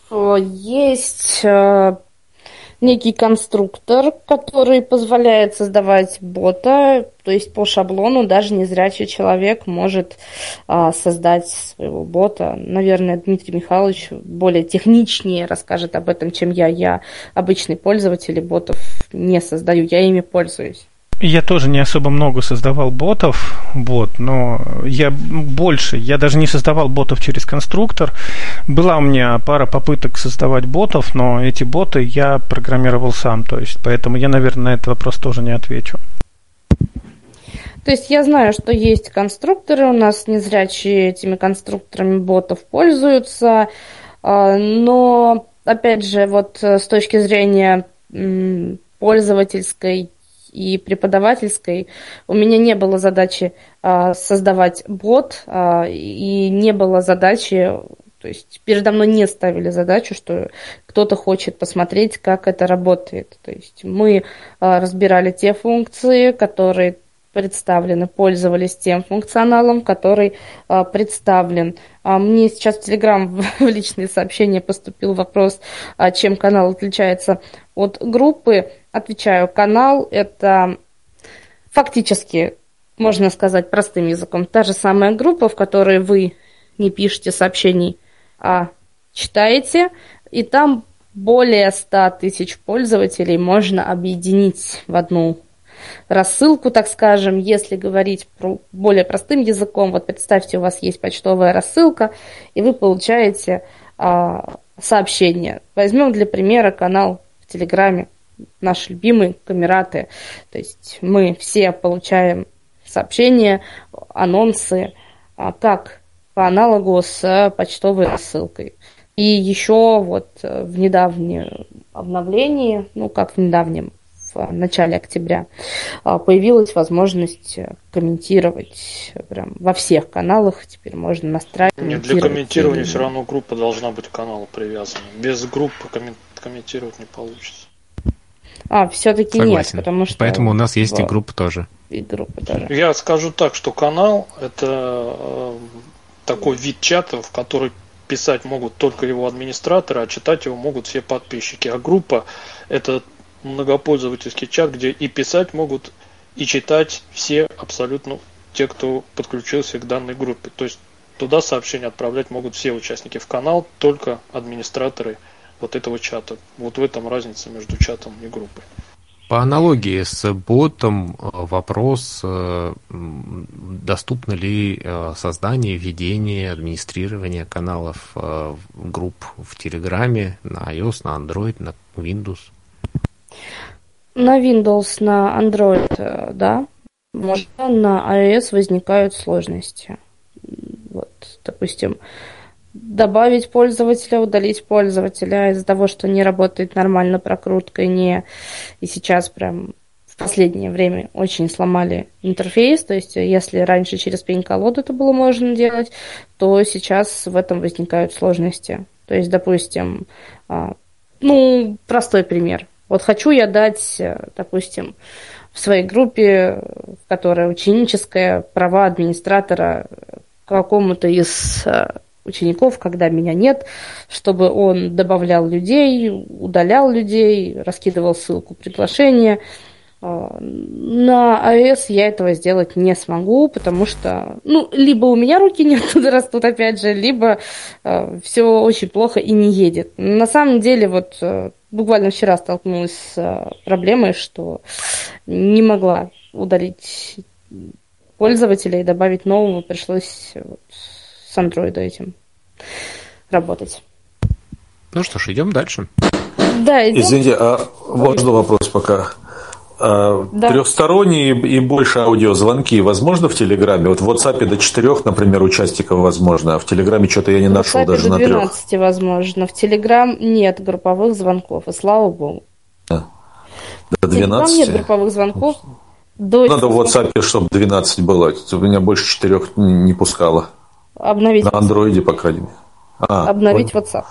Есть некий конструктор, который позволяет создавать бота, то есть по шаблону даже незрячий человек может а, создать своего бота. Наверное, Дмитрий Михайлович более техничнее расскажет об этом, чем я. Я обычный пользователь, ботов не создаю, я ими пользуюсь. Я тоже не особо много создавал ботов, вот, но я больше, я даже не создавал ботов через конструктор. Была у меня пара попыток создавать ботов, но эти боты я программировал сам, то есть, поэтому я, наверное, на этот вопрос тоже не отвечу. То есть я знаю, что есть конструкторы, у нас незрячие этими конструкторами ботов пользуются, но, опять же, вот с точки зрения пользовательской и преподавательской у меня не было задачи а, создавать бот, а, и не было задачи, то есть передо мной не ставили задачу, что кто-то хочет посмотреть, как это работает. То есть мы а, разбирали те функции, которые представлены, пользовались тем функционалом, который а, представлен. А мне сейчас в Телеграм в личные сообщения поступил вопрос, а, чем канал отличается от группы. Отвечаю, канал – это фактически, можно сказать простым языком, та же самая группа, в которой вы не пишете сообщений, а читаете, и там более ста тысяч пользователей можно объединить в одну рассылку, так скажем. Если говорить про более простым языком, вот представьте, у вас есть почтовая рассылка, и вы получаете а, сообщение. Возьмем для примера канал в Телеграме, наш любимый Камераты. То есть мы все получаем сообщения, анонсы, а, как по аналогу с почтовой рассылкой. И еще вот в недавнем обновлении, ну как в недавнем, в начале октября, появилась возможность комментировать прям во всех каналах. Теперь можно настраивать. Нет, для комментирования все равно группа должна быть к каналу привязана. Без группы комментировать не получится. А, все-таки нет, потому что... Поэтому у нас есть в... и группа тоже. И группа тоже. Я скажу так, что канал – это э, такой вид чата, в который писать могут только его администраторы, а читать его могут все подписчики. А группа – это многопользовательский чат, где и писать могут, и читать все абсолютно те, кто подключился к данной группе. То есть туда сообщения отправлять могут все участники в канал, только администраторы вот этого чата. Вот в этом разница между чатом и группой. По аналогии с ботом вопрос, доступно ли создание, ведение, администрирование каналов, групп в Телеграме на iOS, на Android, на Windows? На Windows, на Android, да. Можно, на iOS возникают сложности. Вот, допустим, добавить пользователя, удалить пользователя из-за того, что не работает нормально прокрутка, и, не... и сейчас прям в последнее время очень сломали интерфейс, то есть если раньше через пень-колоду это было можно делать, то сейчас в этом возникают сложности. То есть, допустим, ну, простой пример. Вот хочу я дать, допустим, в своей группе, которая ученическая, права администратора какому-то из учеников, когда меня нет, чтобы он добавлял людей, удалял людей, раскидывал ссылку приглашения. На iOS я этого сделать не смогу, потому что, ну, либо у меня руки не оттуда растут, опять же, либо э, все очень плохо и не едет. На самом деле, вот э, буквально вчера столкнулась с э, проблемой, что не могла удалить пользователя и добавить нового, пришлось вот, с Android этим работать. Ну что ж, идем дальше. Да, идем. Извините, а можно вопрос пока? А, да. Трехсторонние и больше аудиозвонки возможно в Телеграме? Вот в WhatsApp до четырех, например, участников возможно, а в Телеграме что-то я не в нашел даже на трех. В двенадцати возможно. В Телеграм нет групповых звонков, и слава богу. А. До двенадцати? В Телеграм нет групповых звонков. До Надо в WhatsApp, чтобы двенадцать было. У меня больше четырех не пускало. Обновить. На андроиде, по крайней мере. А, Обновить понял. WhatsApp.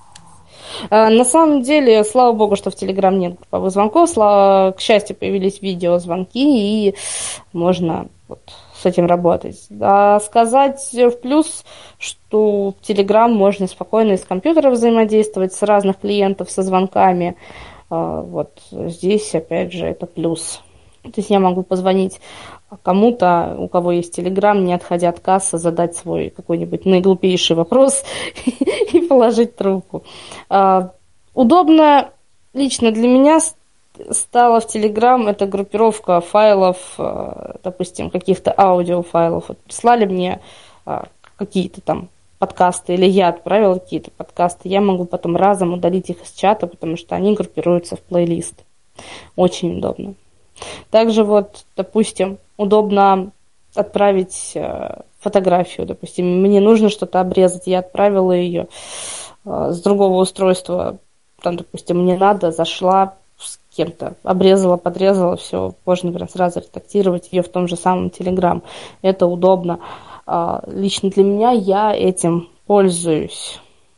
На самом деле, слава богу, что в Telegram нет групповых звонков. Слава, к счастью, появились видеозвонки, и можно вот с этим работать. А сказать в плюс, что в Telegram можно спокойно из компьютера взаимодействовать с разных клиентов со звонками. Вот здесь, опять же, это плюс. То есть я могу позвонить кому-то, у кого есть Телеграм, не отходя от кассы, задать свой какой-нибудь наиглупейший вопрос и положить трубку. Удобно лично для меня стало в Телеграм это группировка файлов, допустим, каких-то аудиофайлов. Вот прислали мне какие-то там подкасты, или я отправила какие-то подкасты, я могу потом разом удалить их из чата, потому что они группируются в плейлист. Очень удобно. Также вот, допустим, удобно отправить фотографию, допустим, мне нужно что-то обрезать, я отправила ее с другого устройства, там, допустим, мне надо, зашла с кем-то, обрезала, подрезала, все, можно прям сразу редактировать ее в том же самом Telegram. Это удобно. Лично для меня я этим пользуюсь.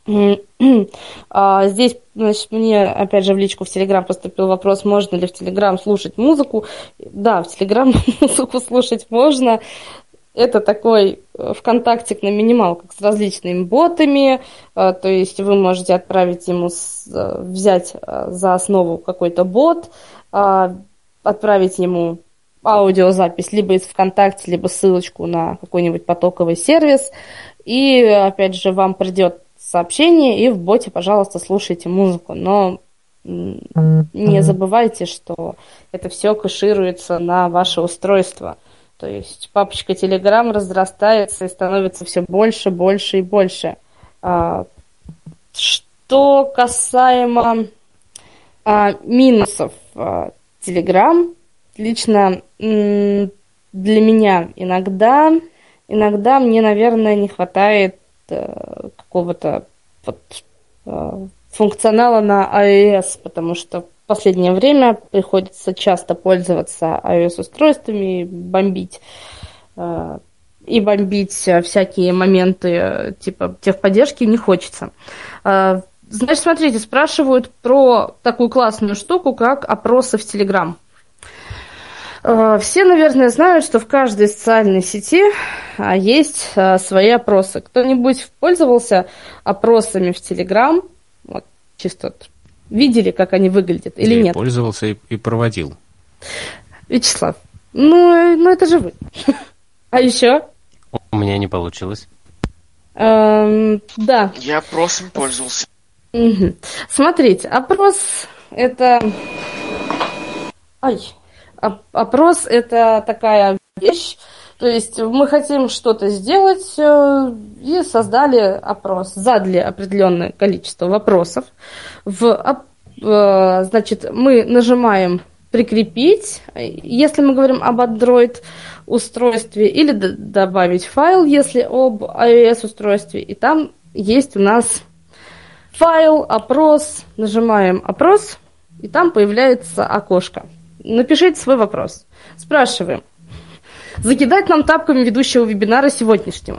А здесь, значит, мне опять же в личку в Телеграм поступил вопрос, можно ли в Телеграм слушать музыку. Да, в Телеграм музыку слушать можно. Это такой ВКонтактик на минималках с различными ботами. То есть вы можете отправить ему, взять за основу какой-то бот, отправить ему аудиозапись либо из ВКонтакте, либо ссылочку на какой-нибудь потоковый сервис. И опять же вам придет сообщение, и в боте, пожалуйста, слушайте музыку. Но не забывайте, что это все кэшируется на ваше устройство. То есть папочка Telegram разрастается и становится все больше, больше и больше. Что касаемо минусов Telegram, лично для меня иногда, иногда мне, наверное, не хватает какого-то вот, функционала на iOS, потому что в последнее время приходится часто пользоваться iOS-устройствами и бомбить, и бомбить всякие моменты типа техподдержки не хочется. Значит, смотрите, спрашивают про такую классную штуку, как опросы в Telegram. Все, наверное, знают, что в каждой социальной сети есть свои опросы. Кто-нибудь пользовался опросами в Telegram? Вот, чисто вот, видели, как они выглядят или Я нет? Пользовался и, и проводил. Вячеслав, ну, ну это же вы. А еще? У меня не получилось. Эм, да. Я опросом пользовался. Угу. Смотрите, опрос это... Ай... Опрос – это такая вещь, то есть мы хотим что-то сделать и создали опрос, задали определенное количество вопросов. В, значит, мы нажимаем «Прикрепить», если мы говорим об Android-устройстве, или добавить файл, если об iOS-устройстве, и там есть у нас файл, опрос, нажимаем «Опрос», и там появляется окошко. Напишите свой вопрос. Спрашиваем. Закидать нам тапками ведущего вебинара сегодняшнего.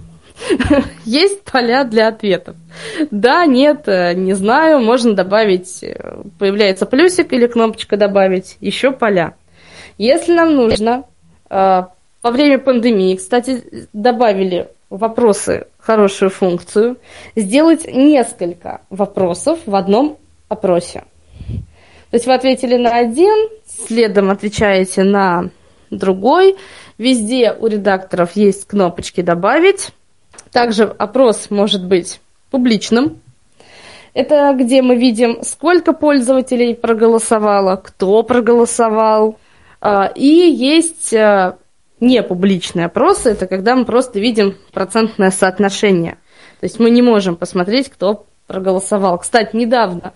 Есть поля для ответов. Да, нет, не знаю. Можно добавить, появляется плюсик или кнопочка добавить. Еще поля. Если нам нужно, во время пандемии, кстати, добавили вопросы, хорошую функцию, сделать несколько вопросов в одном опросе. То есть вы ответили на один, следом отвечаете на другой. Везде у редакторов есть кнопочки «Добавить». Также опрос может быть публичным. Это где мы видим, сколько пользователей проголосовало, кто проголосовал. И есть непубличные опросы. Это когда мы просто видим процентное соотношение. То есть мы не можем посмотреть, кто проголосовал. Кстати, недавно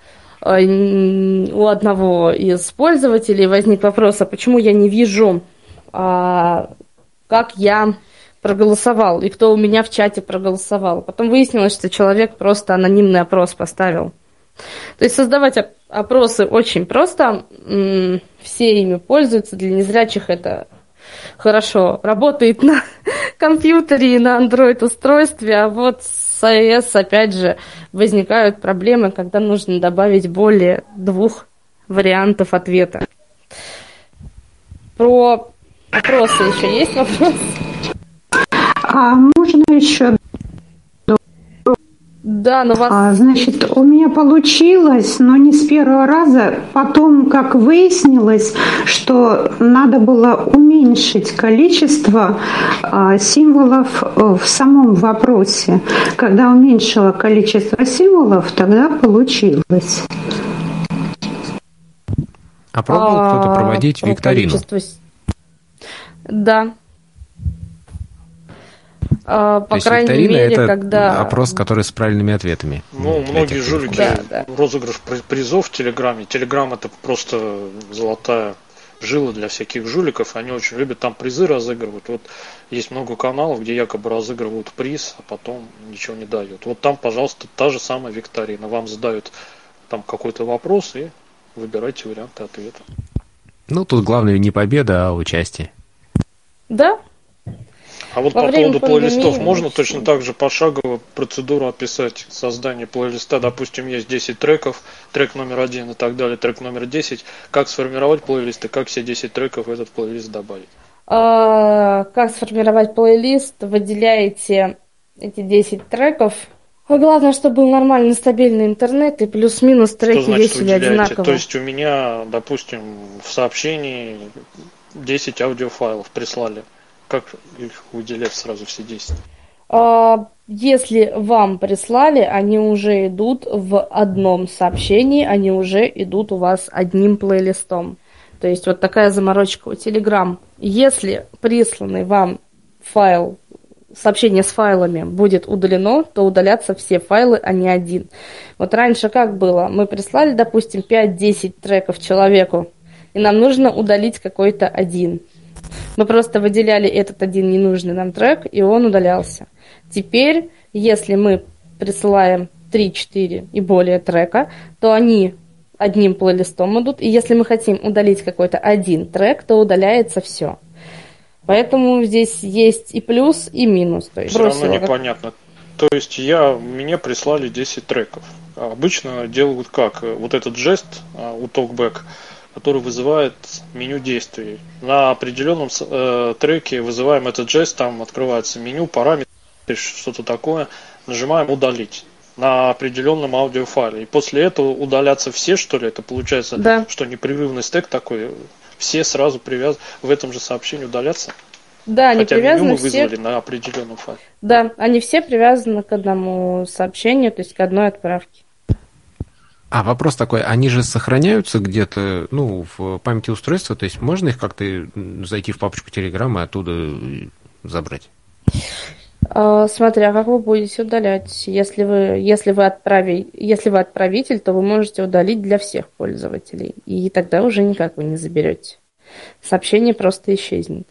у одного из пользователей возник вопрос, а почему я не вижу, а, как я проголосовал и кто у меня в чате проголосовал. Потом выяснилось, что человек просто анонимный опрос поставил. То есть создавать опросы очень просто, все ими пользуются, для незрячих это хорошо работает на компьютере и на Android-устройстве, а вот с iOS, опять же, возникают проблемы, когда нужно добавить более двух вариантов ответа. Про опросы еще есть вопрос? А можно еще... Да, но вас... А, значит, у меня получилось, но не с первого раза. Потом, как выяснилось, что надо было уменьшить количество а, символов в самом вопросе. Когда уменьшила количество символов, тогда получилось. А пробовал а, кто-то проводить викторину? Количество... Да. По То есть крайней викторина мере, это когда... опрос, который с правильными ответами. Ну, многие жулики, да, да. розыгрыш призов в Телеграме. Телеграм это просто золотая жила для всяких жуликов. Они очень любят там призы разыгрывать. Вот есть много каналов, где якобы разыгрывают приз, а потом ничего не дают. Вот там, пожалуйста, та же самая викторина. Вам задают там какой-то вопрос и выбирайте варианты ответа. Ну, тут главное не победа, а участие. Да. А вот Во по поводу пандемии... плейлистов можно точно так же пошагово процедуру описать создания плейлиста. Допустим, есть десять треков, трек номер один и так далее, трек номер десять. Как сформировать плейлист и как все десять треков в этот плейлист добавить? А, как сформировать плейлист? Выделяете эти десять треков. Главное, чтобы был нормальный, стабильный интернет и плюс-минус треки Что значит весили выделяете? одинаково. То есть у меня, допустим, в сообщении десять аудиофайлов прислали. Как их выделять сразу все десять? А, если вам прислали, они уже идут в одном сообщении, они уже идут у вас одним плейлистом. То есть вот такая заморочка у Telegram. Если присланный вам файл, сообщение с файлами будет удалено, то удалятся все файлы, а не один. Вот раньше как было? Мы прислали, допустим, пять-десять треков человеку, и нам нужно удалить какой-то один. Мы просто выделяли этот один ненужный нам трек, и он удалялся. Теперь, если мы присылаем три-четыре и более трека, то они одним плейлистом идут, и если мы хотим удалить какой-то один трек, то удаляется все. Поэтому здесь есть и плюс, и минус. То есть все равно непонятно. То есть я, мне прислали десять треков. Обычно делают как? Вот этот жест у TalkBack, который вызывает меню действий. На определенном э, треке вызываем этот жест, там открывается меню, параметры, что-то такое, нажимаем «Удалить» на определенном аудиофайле. И после этого удалятся все, что ли? Это получается, да. Что непрерывный стек такой, все сразу привязаны, в этом же сообщении удалятся? Да, они Хотя привязаны меню мы все... вызвали на определенном файле. Да, они все привязаны к одному сообщению, то есть к одной отправке. А вопрос такой, они же сохраняются где-то, ну, в памяти устройства, то есть можно их как-то зайти в папочку Telegram и оттуда забрать? Смотря как вы будете удалять. Если вы, если вы, отправи, если вы отправитель, то вы можете удалить для всех пользователей. И тогда уже никак вы не заберете. Сообщение просто исчезнет.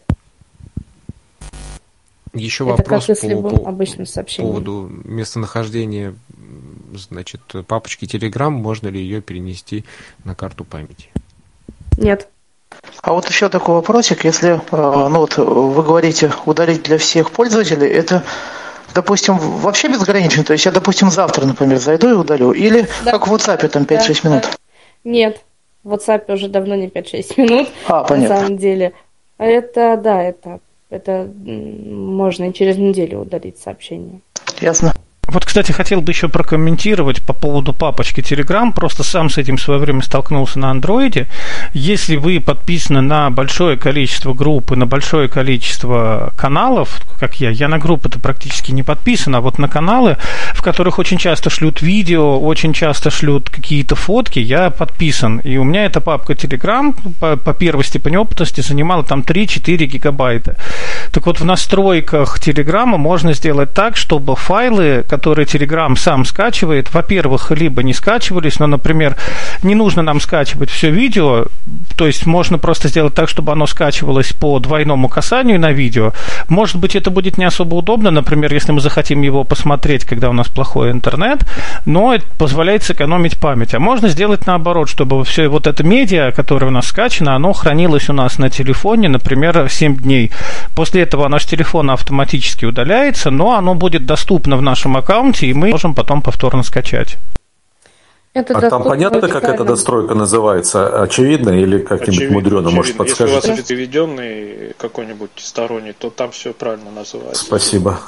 Еще Это вопрос как если по, бы по, обычном по сообщении. поводу местонахождения, значит, папочки Telegram. Можно ли ее перенести на карту памяти? Нет. А вот еще такой вопросик, если ну вот, вы говорите удалить для всех пользователей, это, допустим, вообще безгранично, то есть я, допустим, завтра, например, зайду и удалю, или да. Как в WhatsApp, там пять-шесть да, минут? Да. Нет, в WhatsApp уже давно не пять-шесть минут, а, понятно. На самом деле. Это, да, это, это можно и через неделю удалить сообщение. Ясно. Вот, кстати, хотел бы еще прокомментировать по поводу папочки Telegram. Просто сам с этим в свое время столкнулся на андроиде. Если вы подписаны на большое количество групп и на большое количество каналов, как я, я на группы-то практически не подписан, а вот на каналы, в которых очень часто шлют видео, очень часто шлют какие-то фотки, я подписан. И у меня эта папка Telegram по, по первости, по неопытности занимала там три-четыре гигабайта. Так вот, в настройках Telegram можно сделать так, чтобы файлы, которые Telegram сам скачивает, во-первых, либо не скачивались, но, например, не нужно нам скачивать все видео, то есть можно просто сделать так, чтобы оно скачивалось по двойному касанию на видео. Может быть, это будет не особо удобно, например, если мы захотим его посмотреть, когда у нас плохой интернет, но это позволяет сэкономить память. А можно сделать наоборот, чтобы все вот это медиа, которое у нас скачано, оно хранилось у нас на телефоне, например, семь дней. После этого оно с телефона автоматически удаляется, но оно будет доступно в нашем аккаунте, и мы можем потом повторно скачать. Это а там понятно, как эта настройка называется? Очевидно или как-нибудь мудрено, может, подскажете? Если у вас переведенный какой-нибудь сторонний, то там все правильно называется. Спасибо.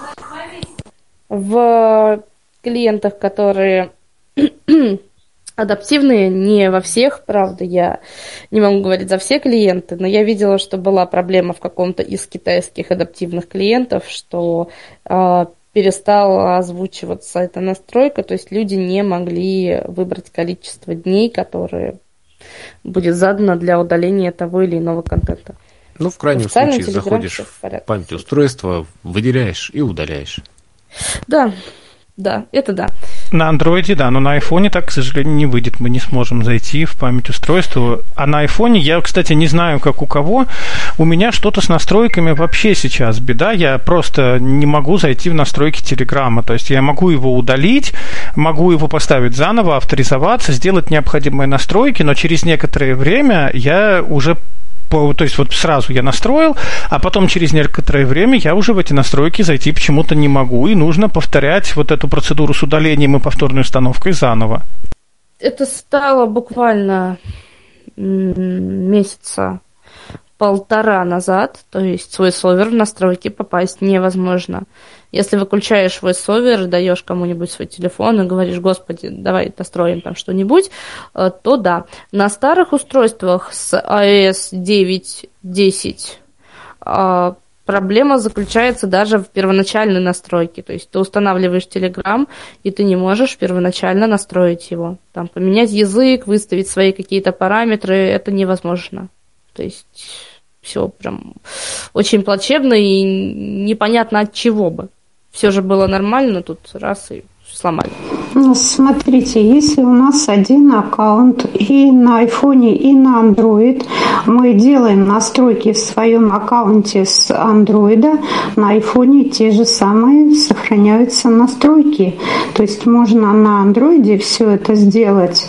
В клиентах, которые адаптивные, не во всех, правда, я не могу говорить за все клиенты, но я видела, что была проблема в каком-то из китайских адаптивных клиентов, что э, перестала озвучиваться эта настройка, то есть люди не могли выбрать количество дней, которое будет задано для удаления того или иного контента. Ну, в крайнем в случае, заходишь в память устройства, выделяешь и удаляешь. Да, да, это да. На андроиде, да, но на айфоне так, к сожалению, не выйдет. Мы не сможем зайти в память устройства. А на айфоне, я, кстати, не знаю, как у кого, у меня что-то с настройками вообще сейчас беда. Я просто не могу зайти в настройки Телеграма. То есть я могу его удалить, могу его поставить заново, авторизоваться, сделать необходимые настройки, но через некоторое время я уже... То есть вот сразу я настроил, а потом через некоторое время я уже в эти настройки зайти почему-то не могу, и нужно повторять вот эту процедуру с удалением и повторной установкой заново. Это стало буквально месяца полтора назад, то есть в VoiceOver в настройки попасть невозможно. Если выключаешь VoiceOver, даешь кому-нибудь свой телефон и говоришь: господи, давай настроим там что-нибудь, то да. На старых устройствах с ай о эс девять десять проблема заключается даже в первоначальной настройке. То есть ты устанавливаешь Telegram, и ты не можешь первоначально настроить его. Там поменять язык, выставить свои какие-то параметры, это невозможно. То есть все прям очень плачевно и непонятно от чего бы. Все же было нормально, тут раз и сломали. Ну, смотрите, если у нас один аккаунт и на айфоне, и на Android, мы делаем настройки в своем аккаунте с андроида, на айфоне те же самые сохраняются настройки. То есть можно на андроиде все это сделать,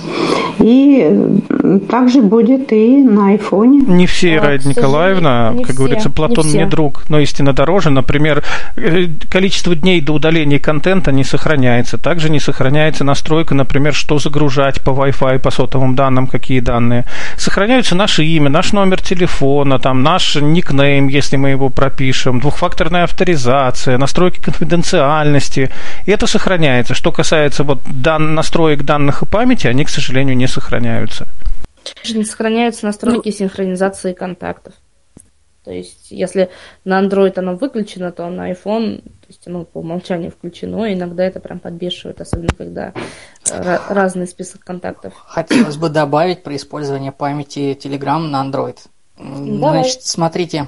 и также будет и на айфоне. Не все, а, Раида Николаевна, как все, говорится, Платон не, не друг, но истина дороже. Например, количество дней до удаления контента не сохраняется. Также не сохраняется настройка, например, что загружать по Wi-Fi, по сотовым данным, какие данные. Сохраняются наше имя, наш номер телефона, там, наш никнейм, если мы его пропишем, двухфакторная авторизация, настройки конфиденциальности. И это сохраняется. Что касается вот дан- настроек данных и памяти, они, к сожалению, не сохраняются. Не сохраняются настройки ну, синхронизации контактов. То есть, если на Android оно выключено, то на iPhone, то есть оно по умолчанию включено, и иногда это прям подбешивает, особенно когда ra- разный список контактов. Хотелось бы добавить при использовании памяти Telegram на Android. Давай. Значит, смотрите,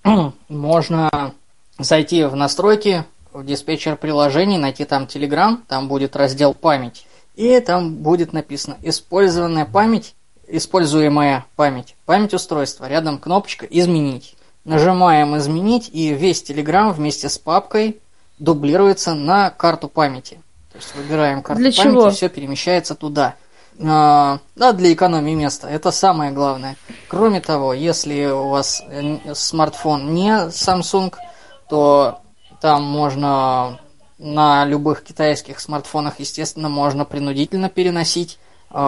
можно зайти в настройки, в диспетчер приложений, найти там Telegram, там будет раздел «Память», и там будет написано «Использованная память», «Используемая память», «Память устройства», рядом кнопочка «Изменить». Нажимаем «Изменить», и весь Telegram вместе с папкой дублируется на карту памяти. То есть выбираем карту для памяти, чего? И все перемещается туда. А, да, для экономии места. Это самое главное. Кроме того, если у вас смартфон не Samsung, то там можно на любых китайских смартфонах, естественно, можно принудительно переносить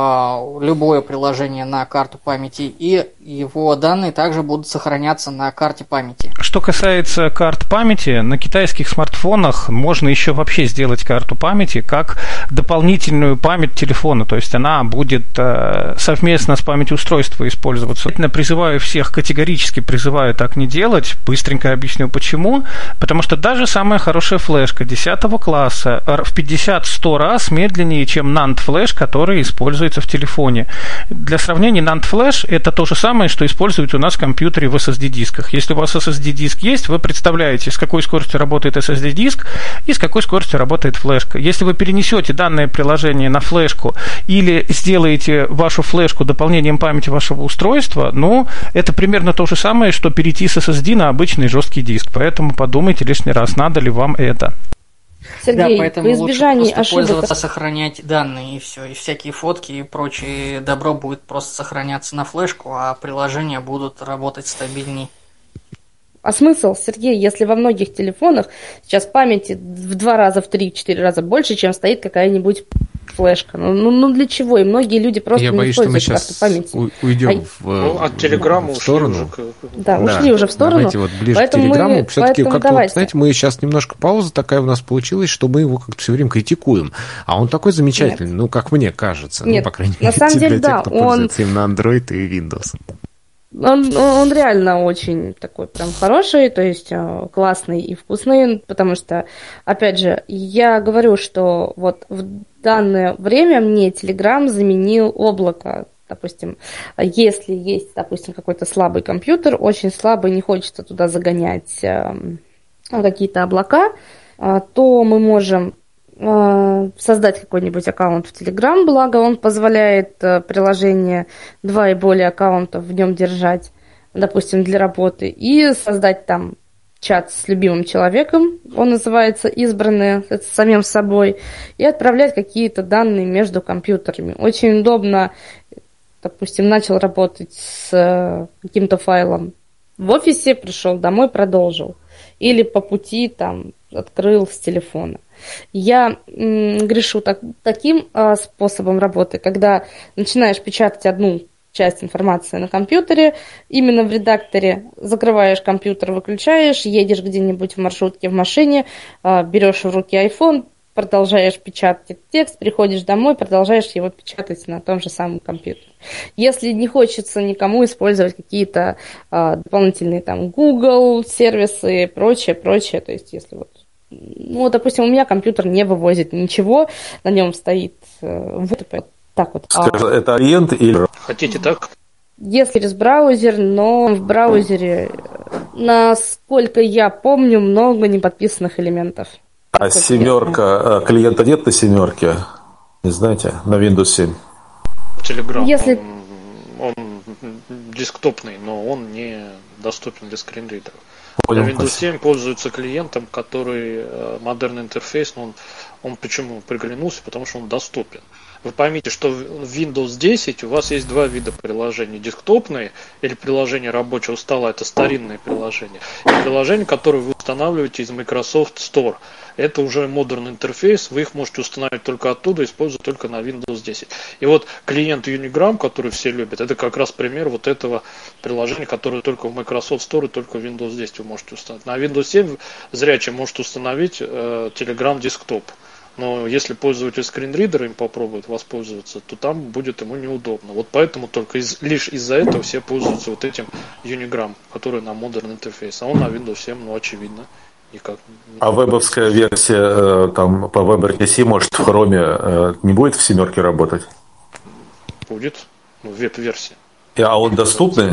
любое приложение на карту памяти, и его данные также будут сохраняться на карте памяти. Что касается карт памяти, на китайских смартфонах можно еще вообще сделать карту памяти как дополнительную память телефона, то есть она будет э, совместно с памятью устройства использоваться. Я призываю всех, категорически призываю так не делать, быстренько объясню почему, потому что даже самая хорошая флешка десятого класса в пятьдесят-сто раз медленнее, чем нанд флеш, который используется используется в телефоне. Для сравнения, нанд флеш это то же самое, что используется у нас в компьютере в эс эс ди-дисках. Если у вас эс эс ди-диск есть, вы представляете, с какой скоростью работает эс эс ди-диск и с какой скоростью работает флешка. Если вы перенесете данное приложение на флешку или сделаете вашу флешку дополнением памяти вашего устройства, ну, это примерно то же самое, что перейти с эс эс ди на обычный жесткий диск. Поэтому подумайте лишний раз, надо ли вам это. Сергей, да, поэтому по избежанию лучше ошибок... пользоваться, сохранять данные, и все. И всякие фотки и прочее добро будет просто сохраняться на флешку, а приложения будут работать стабильнее. А смысл, Сергей, если во многих телефонах сейчас памяти в два раза, в три-четыре раза больше, чем стоит какая-нибудь флешка? Ну, ну, ну для чего? И многие люди просто Я не боюсь, используют что мы карту памяти. У- уйдем а... в, ну, от Телеграма в сторону. Ушли уже. Да, ушли да. уже в сторону. Давайте вот ближе к Телеграму. Все-таки как-то, вот, знаете, мы сейчас немножко пауза такая у нас получилась, что мы его как-то все время критикуем. А он такой замечательный, Нет. ну, как мне кажется. Нет, ну, по крайней на мере, самом для деле, тех, да, кто он... пользуется им на Android и Windows. Он, он реально очень такой прям хороший, то есть классный и вкусный, потому что, опять же, я говорю, что вот в данное время мне Telegram заменил облако. Допустим, если есть, допустим, какой-то слабый компьютер, очень слабый, не хочется туда загонять какие-то облака, то мы можем создать какой-нибудь аккаунт в Telegram, благо он позволяет приложение два и более аккаунтов в нем держать, допустим, для работы, и создать там чат с любимым человеком, он называется «Избранные», это с самим собой, и отправлять какие-то данные между компьютерами. Очень удобно, допустим, начал работать с каким-то файлом в офисе, пришел домой, продолжил. Или по пути там открыл с телефона. Я м, грешу так, таким а, способом работы, когда начинаешь печатать одну часть информации на компьютере, именно в редакторе, закрываешь компьютер, выключаешь, едешь где-нибудь в маршрутке, в машине, а, берешь в руки iPhone, продолжаешь печатать текст, приходишь домой, продолжаешь его печатать на том же самом компьютере. Если не хочется никому использовать какие-то а, дополнительные там Google сервисы, прочее, прочее, то есть если вот, ну, допустим, у меня компьютер не вывозит ничего, на нем стоит э, вот так вот. Скажи, а, это Orient или... Хотите так? Если через браузер, но в браузере, насколько я помню, много неподписанных элементов. А семерка, клиента нет на семерке? Не знаете? На Windows семь? Telegram, Если... он, он десктопный, но он не доступен для скринридеров. Понял, на Windows спасибо. семь пользуется клиентом, который модерный интерфейс, но он, он почему приглянулся? Потому что он доступен. Вы поймите, что в Windows десять у вас есть два вида приложений. Десктопные или приложения рабочего стола, это старинные приложения. И приложения, которые вы устанавливаете из Microsoft Store. Это уже модерный интерфейс, вы их можете установить только оттуда, использовать только на Windows десять. И вот клиент Unigram, который все любят, это как раз пример вот этого приложения, которое только в Microsoft Store и только в Windows десять вы можете установить. На Windows семь зрячий может установить э, Telegram Desktop. Но если пользователь скринридером попробует воспользоваться, то там будет ему неудобно. Вот поэтому только из, лишь из-за этого все пользуются вот этим Unigram, который на Modern Interface. А он на Windows семь, ну, очевидно, никак. А вебовская версия там по WebRTC, может, в Chrome не будет в семерке работать? Будет. Ну, веб-версия. А он доступный?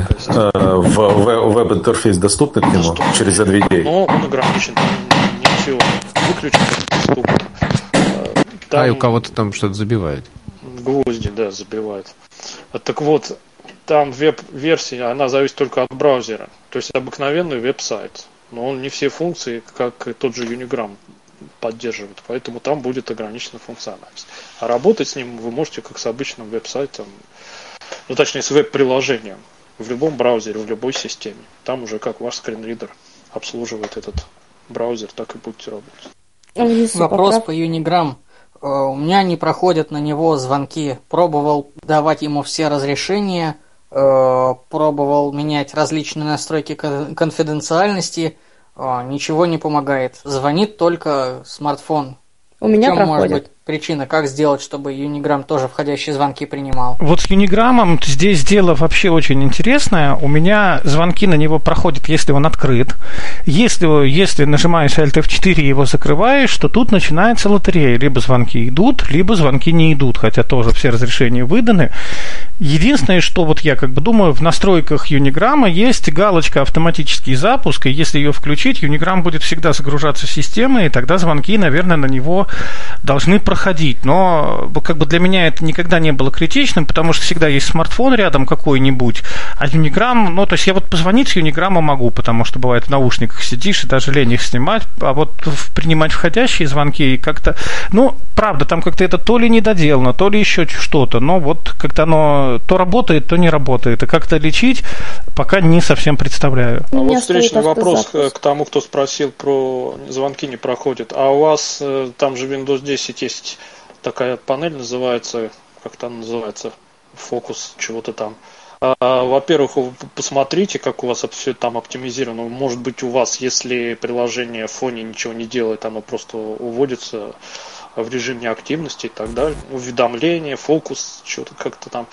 В веб-интерфейс доступный к нему доступный. Через эн ви ди эй? Но он ограничен. Там не все выключено, доступно. Там а, и у кого-то там что-то забивает. Гвозди, да, забивают. Так вот, там веб-версия, она зависит только от браузера. То есть обыкновенный веб-сайт. Но он не все функции, как и тот же Unigram, поддерживает. Поэтому там будет ограничена функциональность. А работать с ним вы можете как с обычным веб-сайтом, ну точнее с веб-приложением. В любом браузере, в любой системе. Там уже как ваш скринридер обслуживает этот браузер, так и будете работать. Вопрос по Unigram. У меня не проходят на него звонки. Пробовал давать ему все разрешения, пробовал менять различные настройки конфиденциальности, ничего не помогает. Звонит только смартфон. У меня В чем проходит. может быть причина? Как сделать, чтобы Unigram тоже входящие звонки принимал? Вот с Unigram здесь дело вообще очень интересное. У меня звонки на него проходят, если он открыт. Если, если нажимаешь Alt эф четыре и его закрываешь, то тут начинается лотерея. Либо звонки идут, либо звонки не идут, хотя тоже все разрешения выданы. Единственное, что вот я как бы думаю, в настройках Unigram есть галочка «Автоматический запуск», и если ее включить, Unigram будет всегда загружаться системой, и тогда звонки, наверное, на него должны проходить. Но как бы для меня это никогда не было критичным, потому что всегда есть смартфон рядом какой-нибудь, а Unigram, ну, то есть я вот позвонить с Unigram могу, потому что бывает в наушниках сидишь и даже лень их снимать, а вот принимать входящие звонки и как-то, ну, правда, там как-то это то ли недоделано, то ли еще что-то, но вот как-то оно то работает, то не работает, и как-то лечить пока не совсем представляю. А вот встречный вопрос к тому, кто спросил про звонки не проходят. А у вас там же Windows десять есть такая панель, называется, как там называется, фокус чего-то там. А, во-первых, вы посмотрите, как у вас все там оптимизировано. Может быть, у вас, если приложение в фоне ничего не делает, оно просто уводится в режим неактивности и так далее. Уведомления, фокус, что-то как-то там.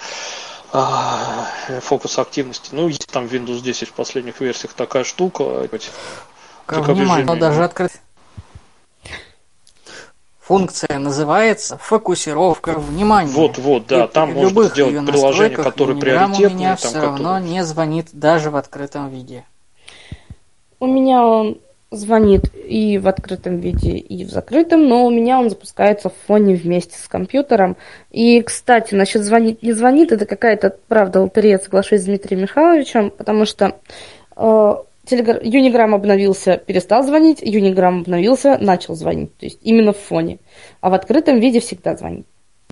Фокус активности. Ну, есть там в Windows десять в последних версиях такая штука. Как внимание, но даже открыть. Функция называется фокусировка внимания. Вот, вот, да, и там можно сделать приложение, которое приоритетное. У меня все равно не звонит даже в открытом виде. У меня он звонит и в открытом виде, и в закрытом, но у меня он запускается в фоне вместе с компьютером. И, кстати, насчет звонит, не звонит, это какая-то, правда, лотерея, соглашусь с Дмитрием Михайловичем, потому что э, Telegram, Unigram обновился, перестал звонить, Unigram обновился, начал звонить. То есть именно в фоне. А в открытом виде всегда звонит.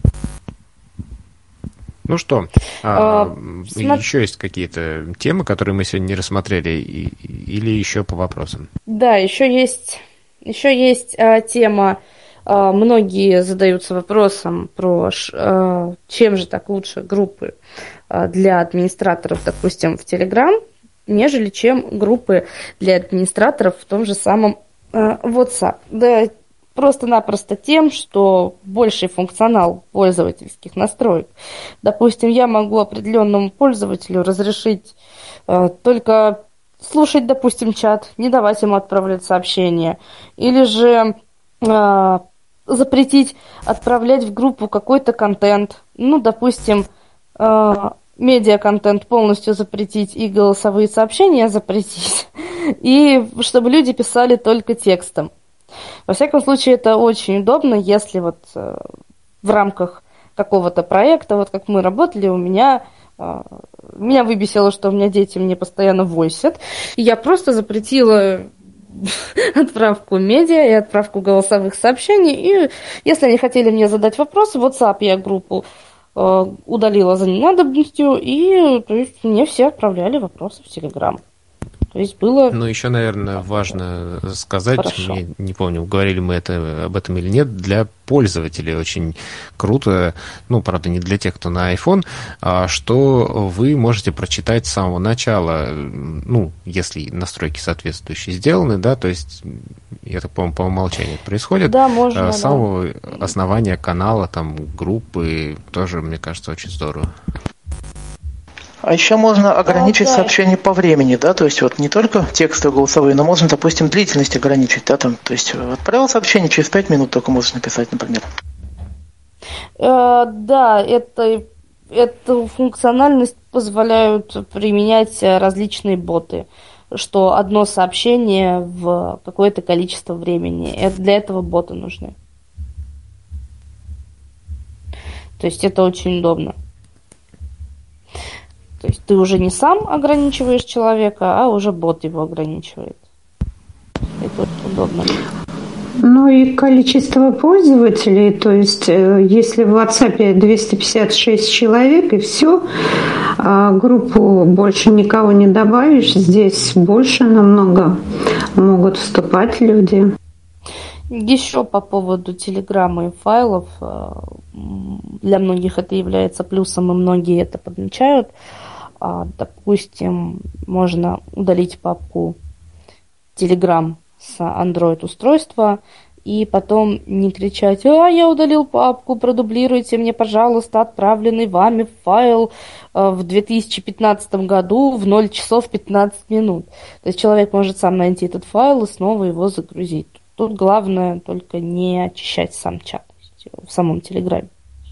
Ну что, а, а, см... еще есть какие-то темы, которые мы сегодня не рассмотрели, и, или еще по вопросам? Да, еще есть, еще есть а, тема, а, многие задаются вопросом про а, чем же так лучше группы а, для администраторов, допустим, в Telegram, нежели чем группы для администраторов в том же самом а, WhatsApp. Да, просто-напросто тем, что больший функционал пользовательских настроек. Допустим, я могу определенному пользователю разрешить э, только слушать, допустим, чат, не давать ему отправлять сообщения, или же э, запретить отправлять в группу какой-то контент, ну, допустим, э, медиа-контент полностью запретить и голосовые сообщения запретить, и чтобы люди писали только текстом. Во всяком случае, это очень удобно, если вот э, в рамках какого-то проекта, вот как мы работали, у меня, э, меня выбесило, что у меня дети мне постоянно войсят, и я просто запретила отправку медиа и отправку голосовых сообщений, и если они хотели мне задать вопросы, в WhatsApp я группу э, удалила за ненадобностью, и то есть мне все отправляли вопросы в Telegram. То есть было... Ну, еще, наверное, важно сказать, Хорошо. я не помню, говорили мы это, об этом или нет, для пользователей очень круто, ну, правда, не для тех, кто на iPhone, а, что вы можете прочитать с самого начала, ну, если настройки соответствующие сделаны, да, то есть, это, по-моему, по умолчанию происходит, да, можно, с самого да. основания канала, там, группы, тоже, мне кажется, очень здорово. А еще можно ограничить да, да. сообщения по времени, да, то есть вот не только текстовые, голосовые, но можно, допустим, длительность ограничить, да, там, то есть отправил сообщение, через пять минут только можешь написать, например. Э, да, это, эту функциональность позволяют применять различные боты, что одно сообщение в какое-то количество времени. Это, для этого боты нужны. То есть это очень удобно. То есть ты уже не сам ограничиваешь человека, а уже бот его ограничивает. Это очень удобно. Ну и количество пользователей, то есть если в WhatsApp двести пятьдесят шесть человек и все, а группу больше никого не добавишь, здесь больше намного могут вступать люди. Еще по поводу телеграмма и файлов, для многих это является плюсом, и многие это подмечают. Допустим, можно удалить папку Telegram с Android-устройства и потом не кричать: «А, я удалил папку, продублируйте мне, пожалуйста, отправленный вами файл в две тысячи пятнадцатом году в ноль часов пятнадцать минут». То есть человек может сам найти этот файл и снова его загрузить. Тут главное только не очищать сам чат в самом Телеграме.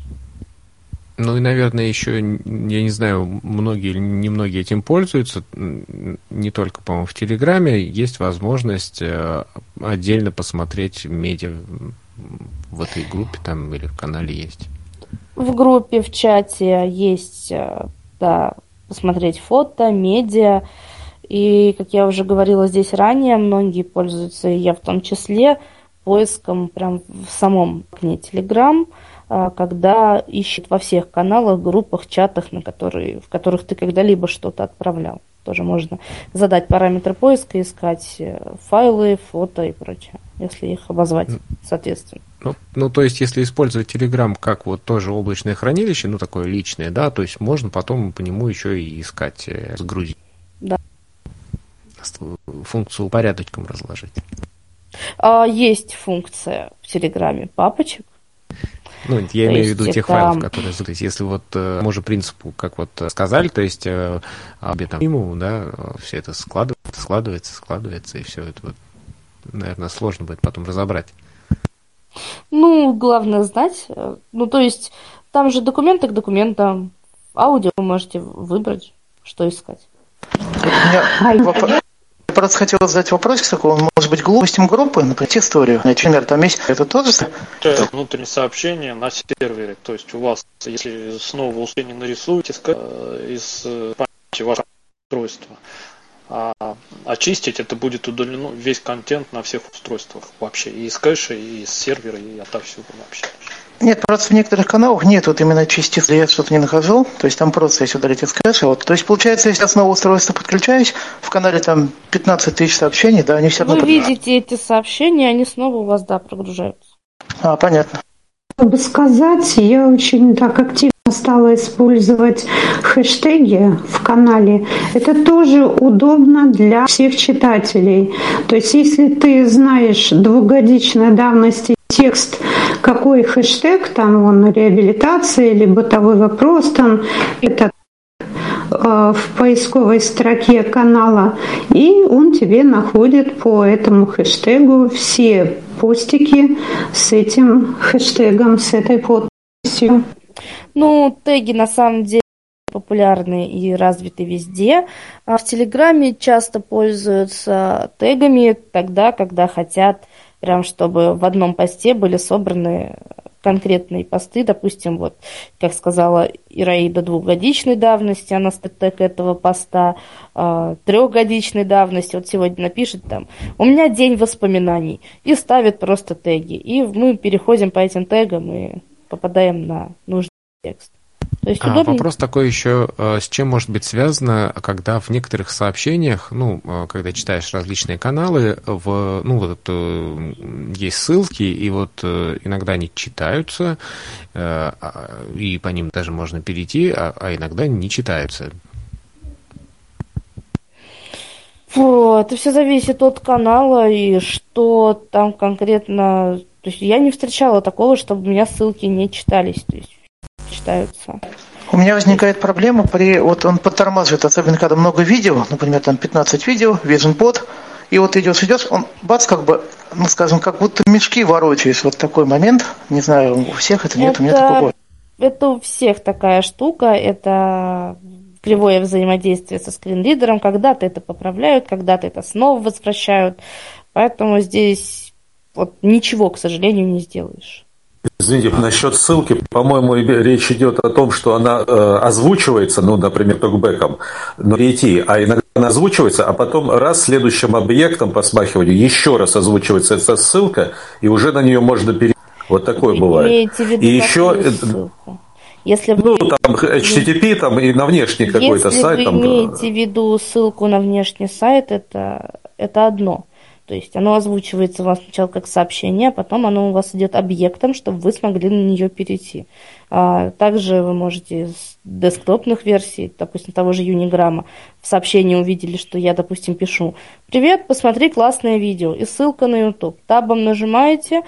Ну и, наверное, еще, я не знаю, многие или немногие этим пользуются, не только, по-моему, в Телеграме, есть возможность отдельно посмотреть медиа в этой группе там или в канале есть. В группе, в чате есть, да, посмотреть фото, медиа. И, как я уже говорила здесь ранее, многие пользуются, и я в том числе, поиском прям в самом окне Telegram, когда ищет во всех каналах, группах, чатах, на которые, в которых ты когда-либо что-то отправлял. Тоже можно задать параметры поиска, искать файлы, фото и прочее, если их обозвать соответственно. Ну, ну, то есть, если использовать Telegram как вот тоже облачное хранилище, ну, такое личное, да, то есть можно потом по нему еще и искать, сгрузить. Да. Функцию упорядочком разложить. А, есть функция в Телеграме папочек. Ну, я то имею в виду тех это... файлов, которые... То есть, если вот по тому же принципу, как вот сказали, то есть, обе там ему, да, все это складывается, складывается, складывается, и все это вот, наверное, сложно будет потом разобрать. Ну, главное знать. Ну, то есть, там же документы к документам, аудио вы можете выбрать, что искать. Я просто хотел задать вопрос такой, он может быть глупостью группы, например, историю. Например, там есть это тоже... Это внутреннее сообщение на сервере. То есть у вас, если снова условие нарисуете из памяти вашего устройства, а очистить, это будет удалено весь контент на всех устройствах вообще. И из кэша, и из сервера, и отовсюду вообще. Нет, просто в некоторых каналах нет вот именно чистить, я что-то не нахожу, то есть там просто есть удалить из кэша. Вот. То есть получается, если я снова устройство подключаюсь, в канале там пятнадцать тысяч сообщений, да, они все равно... Вы видите эти сообщения, они снова у вас, да, прогружаются. А, понятно. бы сказать, я очень так активно стала использовать хэштеги в канале. Это тоже удобно для всех читателей. То есть, если ты знаешь двухгодичной давности текст, какой хэштег, там он реабилитация или бытовой вопрос, там это в поисковой строке канала, и он тебе находит по этому хэштегу все постики с этим хэштегом, с этой подписью. Ну, теги на самом деле популярны и развиты везде. А в Телеграме часто пользуются тегами тогда, когда хотят, прям чтобы в одном посте были собраны конкретные посты, допустим, вот, как сказала Ираида, двухгодичной давности, она ставит тег этого поста, э, трехгодичной давности, вот сегодня напишет там, у меня день воспоминаний, и ставит просто теги, и мы переходим по этим тегам и попадаем на нужный текст. То есть а, вопрос такой еще, с чем может быть связано, когда в некоторых сообщениях, ну, когда читаешь различные каналы, в, ну, вот есть ссылки, и вот иногда они читаются, и по ним даже можно перейти, а, а иногда не читаются. Фу, это все зависит от канала и что там конкретно. То есть я не встречала такого, чтобы у меня ссылки не читались, то есть читаются. У меня возникает проблема при, вот он подтормаживает, особенно когда много видео, например, там пятнадцать видео, VisionBot, и вот идешь, идешь, он бац, как бы, ну скажем, как будто мешки ворочаясь, вот такой момент, не знаю, у всех это нет, это, у меня такого. Это у всех такая штука, это кривое взаимодействие со скринридером, когда-то это поправляют, когда-то это снова возвращают, поэтому здесь вот ничего, к сожалению, не сделаешь. Извините, насчет ссылки, по-моему, речь идет о том, что она э, озвучивается, ну, например, токбеком, но перейти, а иногда она озвучивается, а потом раз следующим объектом по смахиванию еще раз озвучивается эта ссылка, и уже на нее можно перейти. Вот такое Вы бывает. имеете в виду и еще, ссылку? Если ну, вы... там эйч ти ти пи там, и на внешний какой-то Если сайт. Если там... вы имеете в виду ссылку на внешний сайт, это, это одно. То есть оно озвучивается у вас сначала как сообщение, а потом оно у вас идет объектом, чтобы вы смогли на нее перейти. А также вы можете с десктопных версий, допустим, того же Юниграмма, в сообщении увидели, что я, допустим, пишу «Привет, посмотри классное видео» и ссылка на YouTube. Табом нажимаете,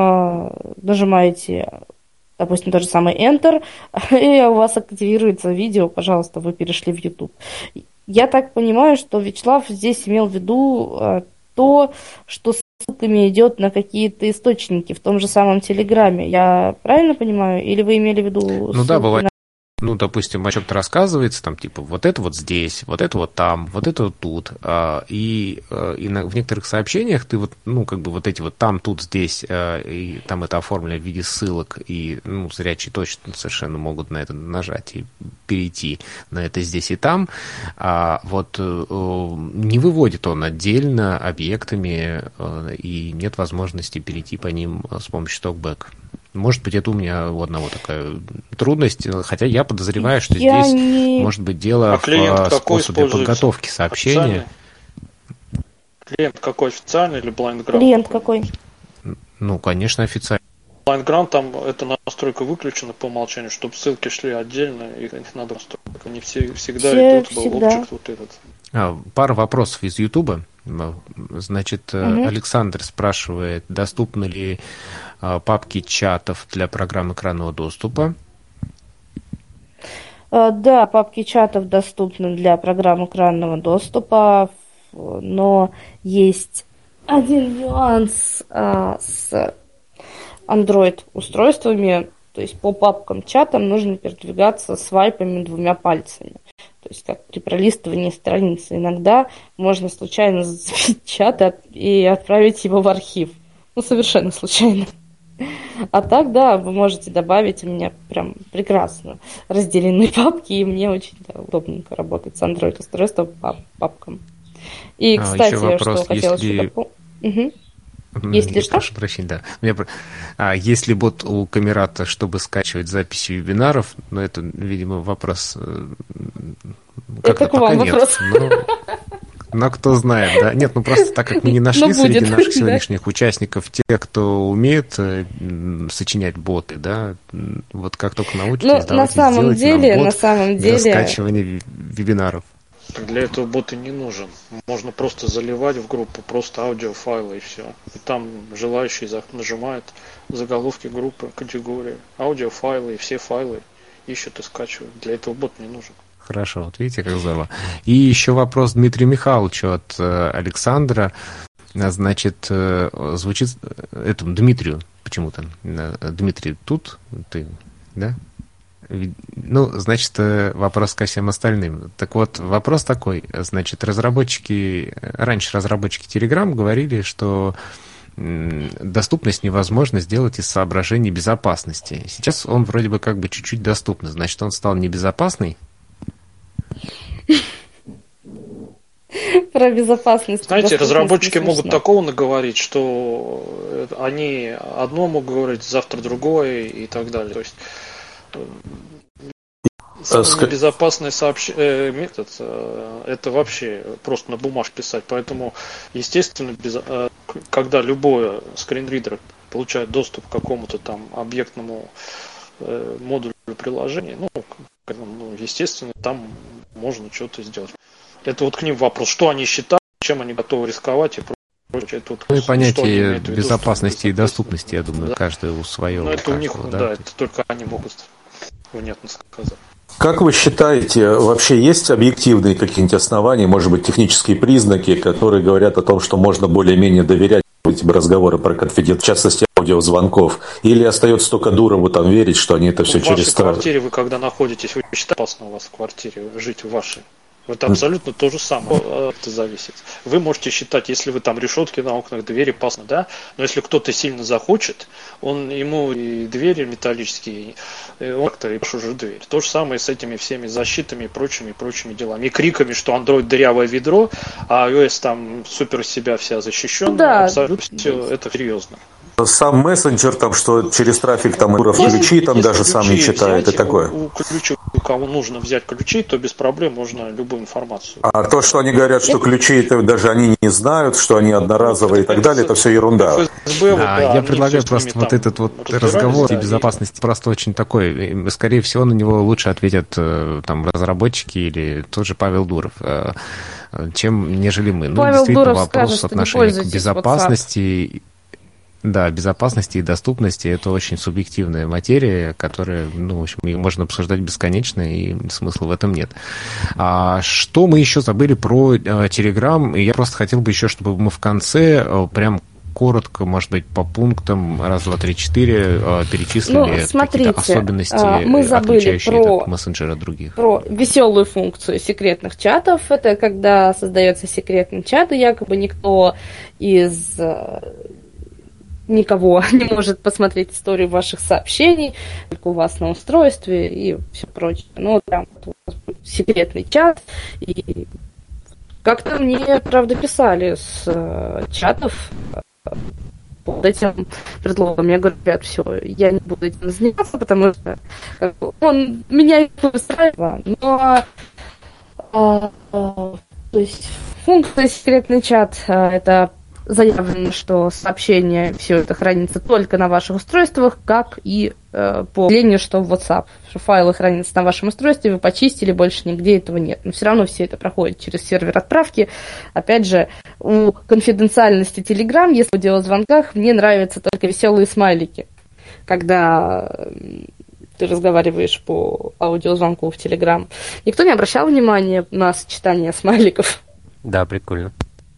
нажимаете, допустим, тот же самый Enter, и у вас активируется видео, пожалуйста, вы перешли в YouTube. Я так понимаю, что Вячеслав здесь имел в виду то, что ссылками идет на какие-то источники в том же самом Телеграме. Я правильно понимаю? Или вы имели в виду... Ну да, бывает. Ну, допустим, о чем-то рассказывается, там, типа, вот это вот здесь, вот это вот там, вот это вот тут. И, и на, в некоторых сообщениях ты вот, ну, как бы вот эти вот там, тут, здесь, и там это оформлено в виде ссылок, и, ну, зрячие точно совершенно могут на это нажать и перейти на это здесь и там. А вот не выводит он отдельно объектами, и нет возможности перейти по ним с помощью токбэк. Может быть, это у меня у одного такая трудность, хотя я подозреваю, что я здесь не... может быть дело а в способе подготовки сообщения. Клиент какой, официальный или BlindGram? Клиент какой? Ну, конечно, официальный. BlindGram, там эта настройка выключена по умолчанию, чтобы ссылки шли отдельно, их надо настроить. Они все, всегда все, идут всегда. в объект вот этот. А, пара вопросов из Ютуба. Значит, угу. Александр спрашивает, доступны ли а, папки чатов для программ экранного доступа? А, да, папки чатов доступны для программ экранного доступа, но есть один нюанс а, с Android-устройствами. То есть по папкам чатам нужно передвигаться свайпами двумя пальцами. То есть как при пролистывании страницы. Иногда можно случайно зацепить чат и отправить его в архив. Ну, совершенно случайно. А так, да, вы можете добавить, у меня прям прекрасно разделенные папки, и мне очень да, удобненько работать с Android-устройством по папкам. И, кстати, а, вопрос, что хотела если... еще дополнить. Угу. Если я что? прошу прощения, да. Меня... А, если бот у Камерата, чтобы скачивать записи вебинаров, ну, это, видимо, вопрос... Как-то это к вам нет, вопрос. Но... Но кто знает, да? Нет, ну просто так как мы не нашли среди наших сегодняшних участников тех, кто умеет сочинять боты, да, вот как только научитесь, давайте на самом деле, на самом деле, для скачивания вебинаров. Для этого бот и не нужен. Можно просто заливать в группу просто аудиофайлы и все. И там желающий нажимает заголовки группы, категории, аудиофайлы и все файлы ищут и скачивают. Для этого бот не нужен. Хорошо, вот видите, как здорово. И еще вопрос Дмитрию Михайловичу от э, Александра. Значит, э, звучит этому Дмитрию почему-то. Дмитрий, тут ты, да? Ну, значит, вопрос ко всем остальным. Так вот, вопрос такой. Значит, разработчики, раньше разработчики Telegram говорили, что доступность невозможно сделать из соображений безопасности. Сейчас он вроде бы как бы чуть-чуть доступный. Значит, он стал небезопасный? Про безопасность. Знаете, разработчики могут такого наговорить, что они одно могут говорить, завтра другое и так далее. То есть самый безопасный сообщ... э, метод э, это вообще просто на бумажке писать. Поэтому, естественно, без... э, когда любой скринридер получает доступ к какому-то там объектному э, модулю приложения, ну, ну, естественно, там можно что-то сделать. Это вот к ним вопрос, что они считают, чем они готовы рисковать и прочее. Это вот, ну и понятие безопасности и доступности, я думаю, да. Каждый у своего. Ну это у них, да, да, это только они могут внятно сказать. Как вы считаете, вообще есть объективные какие-нибудь основания, может быть, технические признаки, которые говорят о том, что можно более-менее доверять этим разговорам про конфиденциальность, в частности, аудиозвонков? Или остается только Дурову там верить, что они это все в через страх? В вашей квартире вы когда находитесь, вы считаете, опасно у вас в квартире жить в вашей? Это абсолютно то же самое. Это зависит. Вы можете считать, если вы там решетки на окнах, двери опасно, да? Но если кто-то сильно захочет, он ему и двери металлические, он как-то и уже дверь. То же самое с этими всеми защитами и прочими, и прочими делами. И криками, что Android дырявое ведро, а iOS там супер себя вся защищенная. Да. Абсолютно все это серьезно. Сам мессенджер, там, что через трафик там и ключи там даже сам не читает и такое. У, у ключей, кому нужно взять ключи, то без проблем можно любую информацию. А то, что они говорят, что ключи это даже они не знают, что они одноразовые и так далее, это все ерунда. Да, да, я предлагаю просто вот этот вот разговор да, о безопасности и... просто очень такой. Скорее всего, на него лучше ответят там разработчики или тот же Павел Дуров, чем нежели мы. Павел ну, действительно, Дуров вопрос скажет, отношения к безопасности. Да, безопасности и доступности – это очень субъективная материя, которая, ну, в общем, ее можно обсуждать бесконечно, и смысла в этом нет. А что мы еще забыли про Telegram? И я просто хотел бы еще, чтобы мы в конце прям коротко, может быть, по пунктам раз, два, три, четыре перечислили ну, смотрите, какие-то особенности, мы забыли отличающие про, этот мессенджер от других. Про веселую функцию секретных чатов. Это когда создается секретный чат, и якобы никто из... никого не может посмотреть историю ваших сообщений, только у вас на устройстве и все прочее. Ну, там у вас будет секретный чат. И как-то мне, правда, писали с э, чатов э, под этим предлогом. Мне говорят, все, я не буду этим заниматься, потому что как бы, он меня не устраивал. Но э, э, то есть функция секретный чат э, это заявлено, что сообщение все это хранится только на ваших устройствах, как и э, по определению, что в WhatsApp. Что файлы хранятся на вашем устройстве, вы почистили, больше нигде этого нет. Но все равно все это проходит через сервер отправки. Опять же, у конфиденциальности Telegram, если в аудиозвонках, мне нравятся только веселые смайлики. Когда ты разговариваешь по аудиозвонку в Telegram. Никто не обращал внимания на сочетание смайликов? Да, прикольно.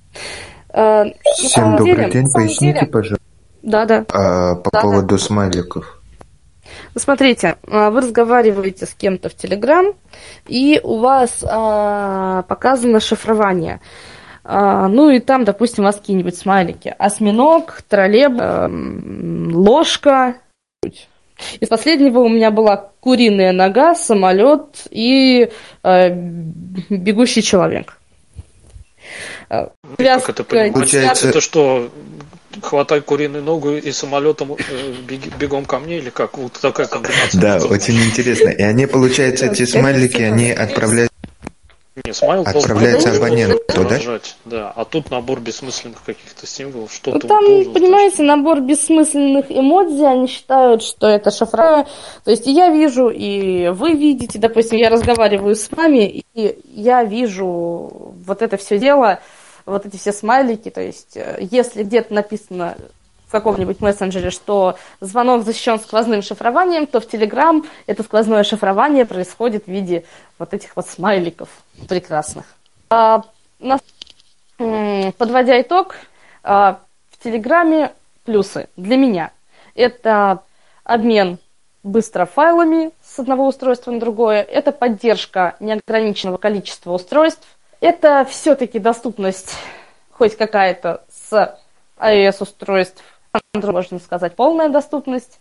Всем добрый деле, день, поясните, деле... пожалуйста. Да, да. А, по да, поводу да. смайликов. Ну, смотрите, вы разговариваете с кем-то в Telegram, и у вас а, показано шифрование. А, ну и там, допустим, у вас какие-нибудь смайлики. Осьминог, троллейбус, а, ложка. Из последнего у меня была куриная нога, самолет и а, бегущий человек. Как это понимать? Получается... Это что, хватай куриную ногу и самолетом бегом ко мне, или как? Вот такая комбинация. Да, очень интересно. И они, получается, эти смайлики, они отправляют... Нет, Не, смайл отправляется абоненту, да? Да, а тут набор бессмысленных каких-то символов, что-то ну, там, должен, понимаете, точно. Набор бессмысленных эмодзи, они считают, что это шифрование. То есть я вижу, и вы видите, допустим, я разговариваю с вами, и я вижу вот это все дело, вот эти все смайлики. То есть если где-то написано в каком-нибудь мессенджере, что звонок защищен сквозным шифрованием, то в Telegram это сквозное шифрование происходит в виде вот этих вот смайликов прекрасных. А, на, подводя итог, а, в Телеграме плюсы для меня. Это обмен быстро файлами с одного устройства на другое, это поддержка неограниченного количества устройств, это все-таки доступность хоть какая-то с iOS-устройств, можно сказать, полная доступность.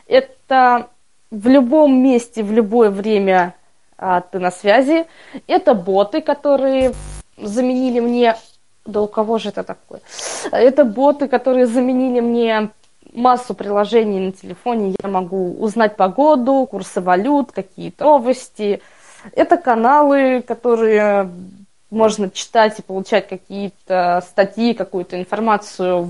Это в любом месте, в любое время а, ты на связи. Это боты, которые заменили мне... Да у кого же это такое? Это боты, которые заменили мне массу приложений на телефоне. Я могу узнать погоду, курсы валют, какие-то новости. Это каналы, которые можно читать и получать какие-то статьи, какую-то информацию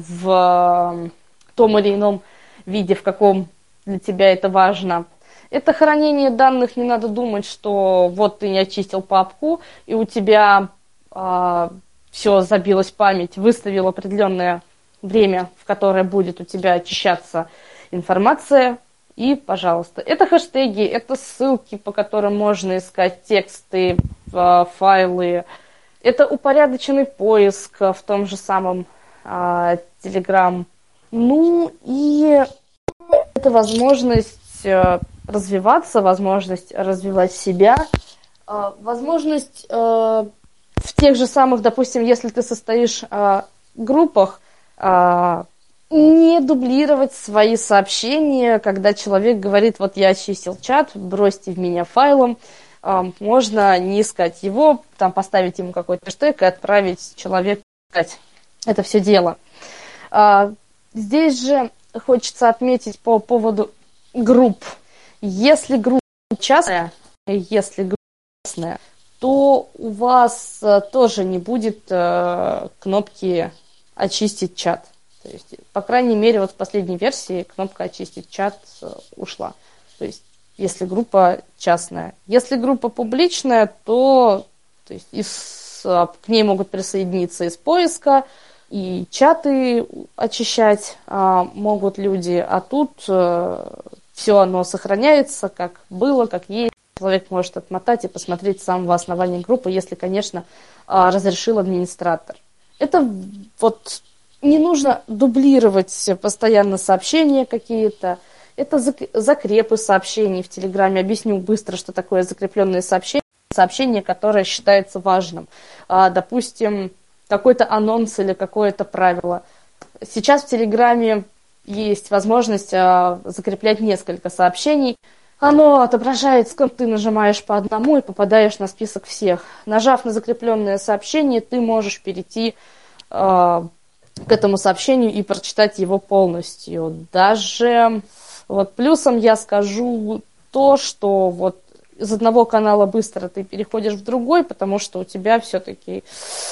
в том или ином виде, в каком для тебя это важно. Это хранение данных, не надо думать, что вот ты не очистил папку, и у тебя э, все забилось память, выставил определенное время, в которое будет у тебя очищаться информация, и, пожалуйста. Это хэштеги, это ссылки, по которым можно искать тексты, э, файлы. Это упорядоченный поиск в том же самом э, Telegram. Ну и это возможность развиваться, возможность развивать себя, возможность в тех же самых, допустим, если ты состоишь в группах, не дублировать свои сообщения, когда человек говорит, вот я очистил чат, бросьте в меня файлом, можно не искать его, там поставить ему какой-то хэштег и отправить человеку искать это все дело. Здесь же хочется отметить по поводу групп. Если группа частная, если группа частная, то у вас тоже не будет э, кнопки «Очистить чат». То есть, по крайней мере, вот в последней версии кнопка «Очистить чат» ушла. То есть, если группа частная. Если группа публичная, то, то есть, из, к ней могут присоединиться из поиска, и чаты очищать а, могут люди, а тут а, все оно сохраняется, как было, как есть. Человек может отмотать и посмотреть с самого основания группы, если, конечно, а, разрешил администратор. Это вот не нужно дублировать постоянно сообщения какие-то. Это закрепы сообщений в Телеграме. Объясню быстро, что такое закрепленные сообщения. Сообщение, которое считается важным. А, допустим, какой-то анонс или какое-то правило. Сейчас в Телеграме есть возможность а, закреплять несколько сообщений. Оно отображается, ты нажимаешь по одному и попадаешь на список всех. Нажав на закрепленное сообщение, ты можешь перейти а, к этому сообщению и прочитать его полностью. Даже вот плюсом я скажу то, что вот из одного канала быстро ты переходишь в другой, потому что у тебя все-таки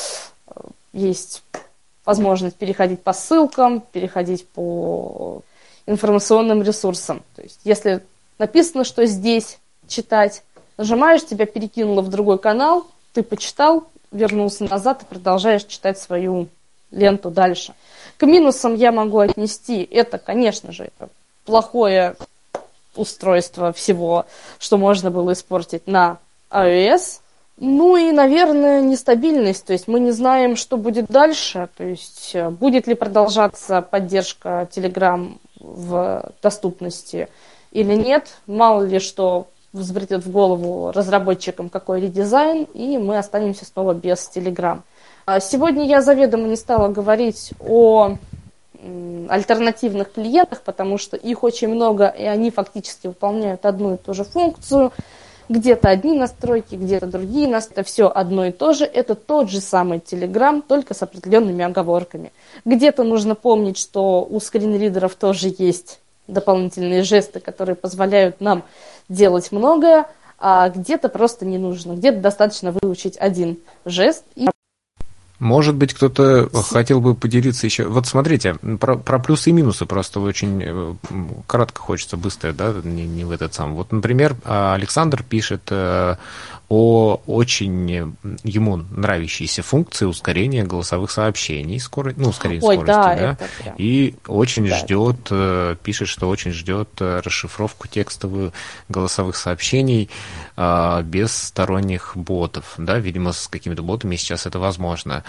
есть возможность переходить по ссылкам, переходить по информационным ресурсам. То есть, если написано, что здесь читать, нажимаешь, тебя перекинуло в другой канал, ты почитал, вернулся назад и продолжаешь читать свою ленту дальше. К минусам я могу отнести, это, конечно же, это плохое устройство всего, что можно было испортить на iOS. Ну и, наверное, нестабильность, то есть мы не знаем, что будет дальше, то есть будет ли продолжаться поддержка Telegram в доступности или нет, мало ли что взбредет в голову разработчикам какой редизайн, и мы останемся снова без Telegram. Сегодня я заведомо не стала говорить о альтернативных клиентах, потому что их очень много, и они фактически выполняют одну и ту же функцию. Где-то одни настройки, где-то другие настройки. Это все одно и то же. Это тот же самый Telegram, только с определенными оговорками. Где-то нужно помнить, что у скринридеров тоже есть дополнительные жесты, которые позволяют нам делать многое. а где-то просто не нужно. Где-то достаточно выучить один жест и... Может быть, кто-то хотел бы поделиться еще. Вот смотрите, про, про плюсы и минусы просто очень кратко хочется, быстро, да, не, не в этот сам. Вот, например, Александр пишет о очень ему нравящейся функции ускорения голосовых сообщений, скоро, ну, ускорения Ой, скорости, да, да, это и очень да. ждет, пишет, что очень ждет расшифровку текстовых голосовых сообщений без сторонних ботов, да, видимо, с какими-то ботами сейчас это возможно.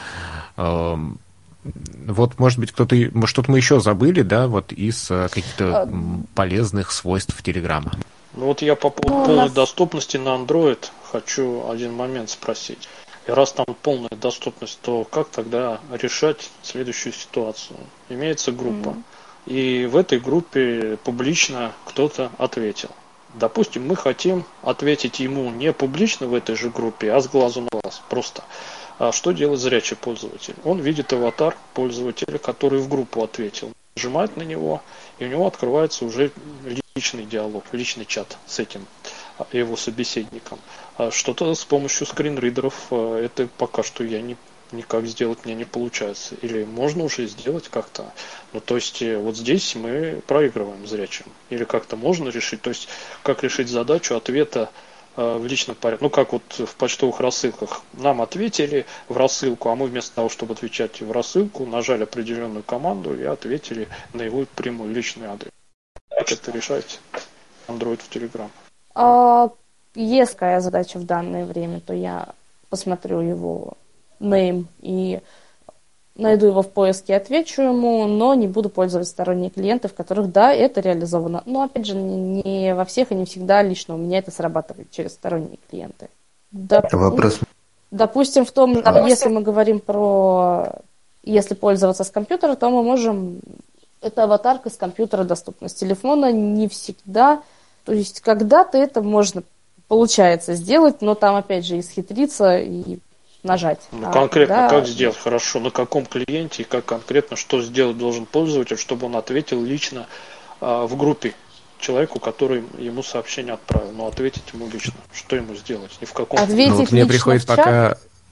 Вот, может быть, кто-то, может, что-то мы еще забыли, да, вот из каких-то а... полезных свойств Телеграма. Ну вот я по поводу ну, полной нас... доступности на Android хочу один момент спросить. И раз там полная доступность, то как тогда решать следующую ситуацию? Имеется группа, mm. и в этой группе публично кто-то ответил. Допустим, мы хотим ответить ему не публично в этой же группе, а с глазу на глаз, просто. А что делает зрячий пользователь? Он видит аватар пользователя, который в группу ответил. Нажимает на него, и у него открывается уже личный диалог, личный чат с этим его собеседником. А что-то с помощью скринридеров, это пока что я не, никак сделать мне не получается. Или можно уже сделать как-то. Ну, то есть, вот здесь мы проигрываем зрячим. Или как-то можно решить. То есть, как решить задачу ответа в личном порядке. Ну, как вот в почтовых рассылках. Нам ответили в рассылку, а мы вместо того, чтобы отвечать в рассылку, нажали определенную команду и ответили на его прямой личный адрес. Как это решать? Android в Telegram. А, есть какая задача в данное время, то я посмотрю его name и найду его в поиске, отвечу ему, но не буду пользоваться сторонние клиенты, в которых, да, это реализовано. Но, опять же, не во всех и не всегда лично у меня это срабатывает через сторонние клиенты. Доп... Вопрос. Допустим, в том, Допустим. если мы говорим про, если пользоваться с компьютера, то мы можем, это аватарка с компьютера доступна. С телефона не всегда, то есть когда-то это можно, получается сделать, но там, опять же, исхитриться и нажать. Ну, а конкретно когда... как сделать? Хорошо. На каком клиенте и как конкретно, что сделать должен пользователь, чтобы он ответил лично а, в группе человеку, который ему сообщение отправил. Но ответить ему лично. Что ему сделать? И в каком Ответить ну, вот мне приходит пока...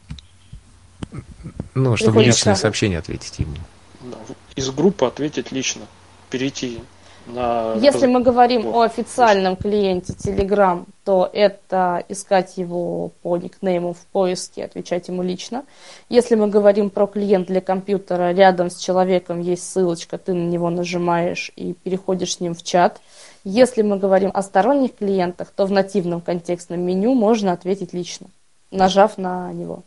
Ну, чтобы приходит личное чат. сообщение ответить ему. Да, из группы ответить лично. Перейти на... Если мы говорим о официальном клиенте Telegram, то это искать его по никнейму в поиске, отвечать ему лично. Если мы говорим про клиент для компьютера, рядом с человеком есть ссылочка, ты на него нажимаешь и переходишь с ним в чат. Если мы говорим о сторонних клиентах, то в нативном контекстном меню можно ответить лично, нажав на него.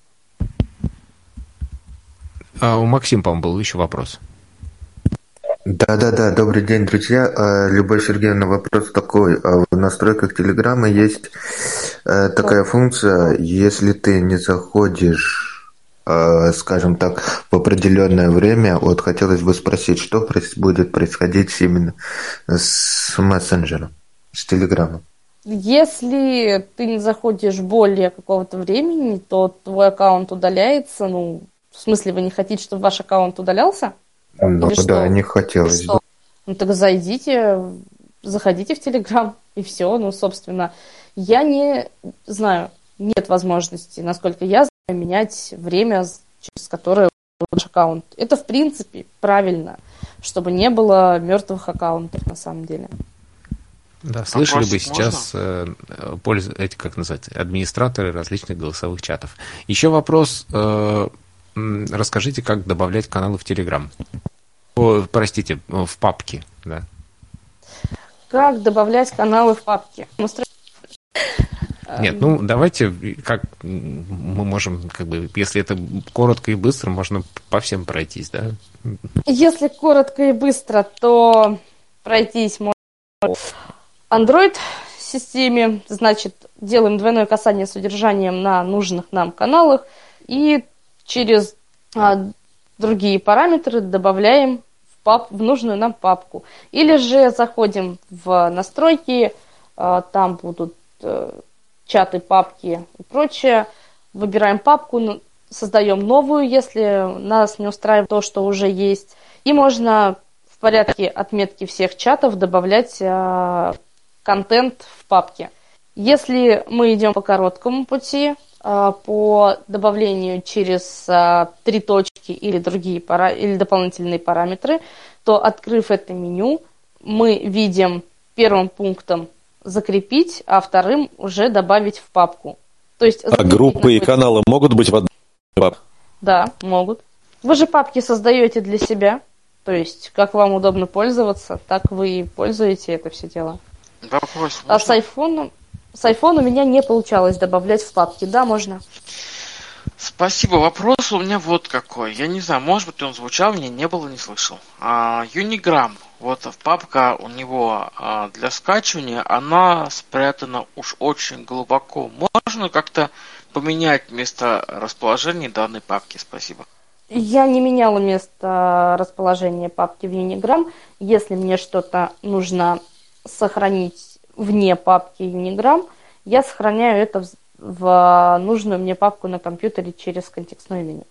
А у Максима, по-моему, был еще вопрос. Да-да-да, добрый день, друзья. Любовь Сергеевна, вопрос такой. В настройках Телеграма есть такая функция, если ты не заходишь, скажем так, в определенное время, вот хотелось бы спросить, что будет происходить именно с мессенджером, с Телеграмом? Если ты не заходишь более какого-то времени, то твой аккаунт удаляется, ну, в смысле, вы не хотите, чтобы ваш аккаунт удалялся? Ну, Или да, что? Не хотелось. Что? Ну, так зайдите, заходите в Телеграм, и все. Ну, собственно, я не знаю, нет возможности, насколько я знаю, менять время, через которое ваш аккаунт. Это, в принципе, правильно, чтобы не было мертвых аккаунтов, на самом деле. Да, слышали бы сейчас э, польз... эти, как называется, администраторы различных голосовых чатов. Еще вопрос... Э, расскажите, как добавлять каналы в Telegram. О, простите, в папки, да. Как добавлять каналы в папки? Нет, ну давайте, как мы можем, как бы, если это коротко и быстро, можно по всем пройтись, да? Если коротко и быстро, то пройтись можно в Android-системе, значит, делаем двойное касание с удержанием на нужных нам каналах и через а, другие параметры добавляем в, пап, в нужную нам папку. Или же заходим в настройки, а, там будут а, чаты, папки и прочее. Выбираем папку, создаем новую, если нас не устраивает то, что уже есть. И можно в порядке отметки всех чатов добавлять а, контент в папке. Если мы идем по короткому пути, по добавлению через три точки или другие пара... или дополнительные параметры, то, открыв это меню, мы видим первым пунктом закрепить, а вторым уже добавить в папку. То есть а группы и каналы могут быть в одной папке? Да, могут. Вы же папки создаете для себя, то есть как вам удобно пользоваться, так вы и пользуете это все дело. Вопрос, а с айфоном С iPhone у меня не получалось добавлять в папки. Да, можно. Спасибо. Вопрос у меня вот какой. Я не знаю, может быть, он звучал, меня не было, не слышал. А, Unigram. Вот папка у него а, для скачивания, она спрятана уж очень глубоко. Можно как-то поменять место расположения данной папки? Спасибо. Я не меняла место расположения папки в Unigram. Если мне что-то нужно сохранить вне папки Unigram, я сохраняю это в, в нужную мне папку на компьютере через контекстное меню.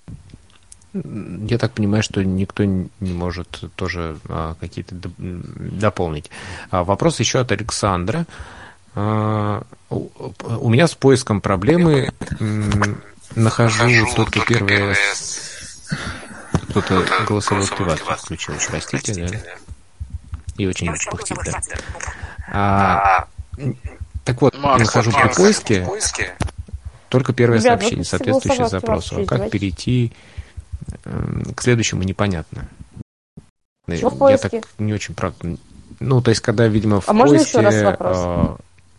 Я так понимаю, что никто не может тоже а, какие-то дополнить. А, вопрос еще от Александра. А, у, у меня с поиском проблемы м, нахожу, нахожу только первое... Кто-то голосовой активатор включил, простите, да? И очень пыхтит, да. А, так вот, я нахожу при поиске только первое Ребят, сообщение, соответствующее запросу. А как перейти э, к следующему, непонятно. Что в поиске? Я так не очень правда. Ну, то есть, когда, видимо, в а поиске... можно еще раз вопрос? Э,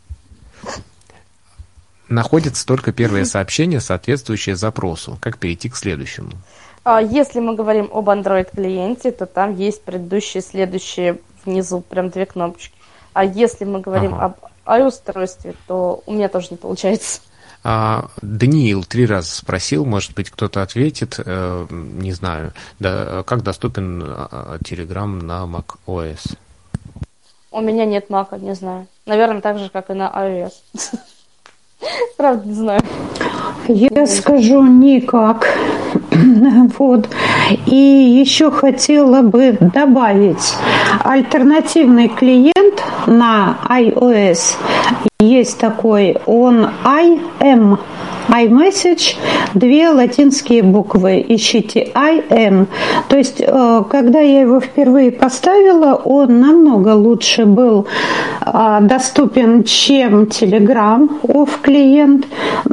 находится только первое сообщение, соответствующее запросу. Как перейти к следующему? Если мы говорим об Android-клиенте, то там есть предыдущие, следующие внизу, прям две кнопочки. А если мы говорим ага. об iOS-устройстве, то у меня тоже не получается. А, Даниил три раза спросил, может быть, кто-то ответит, э, не знаю, да, как доступен э, Telegram на macOS? У меня нет Mac, не знаю. Наверное, так же, как и на iOS. Правда, не знаю. Я скажу никак. Вот. И еще хотела бы добавить альтернативный клиент на iOS. Есть такой, он ай эм, iMessage, две латинские буквы, ищите ай эм. То есть, когда я его впервые поставила, он намного лучше был доступен, чем Telegram, офф-клиент,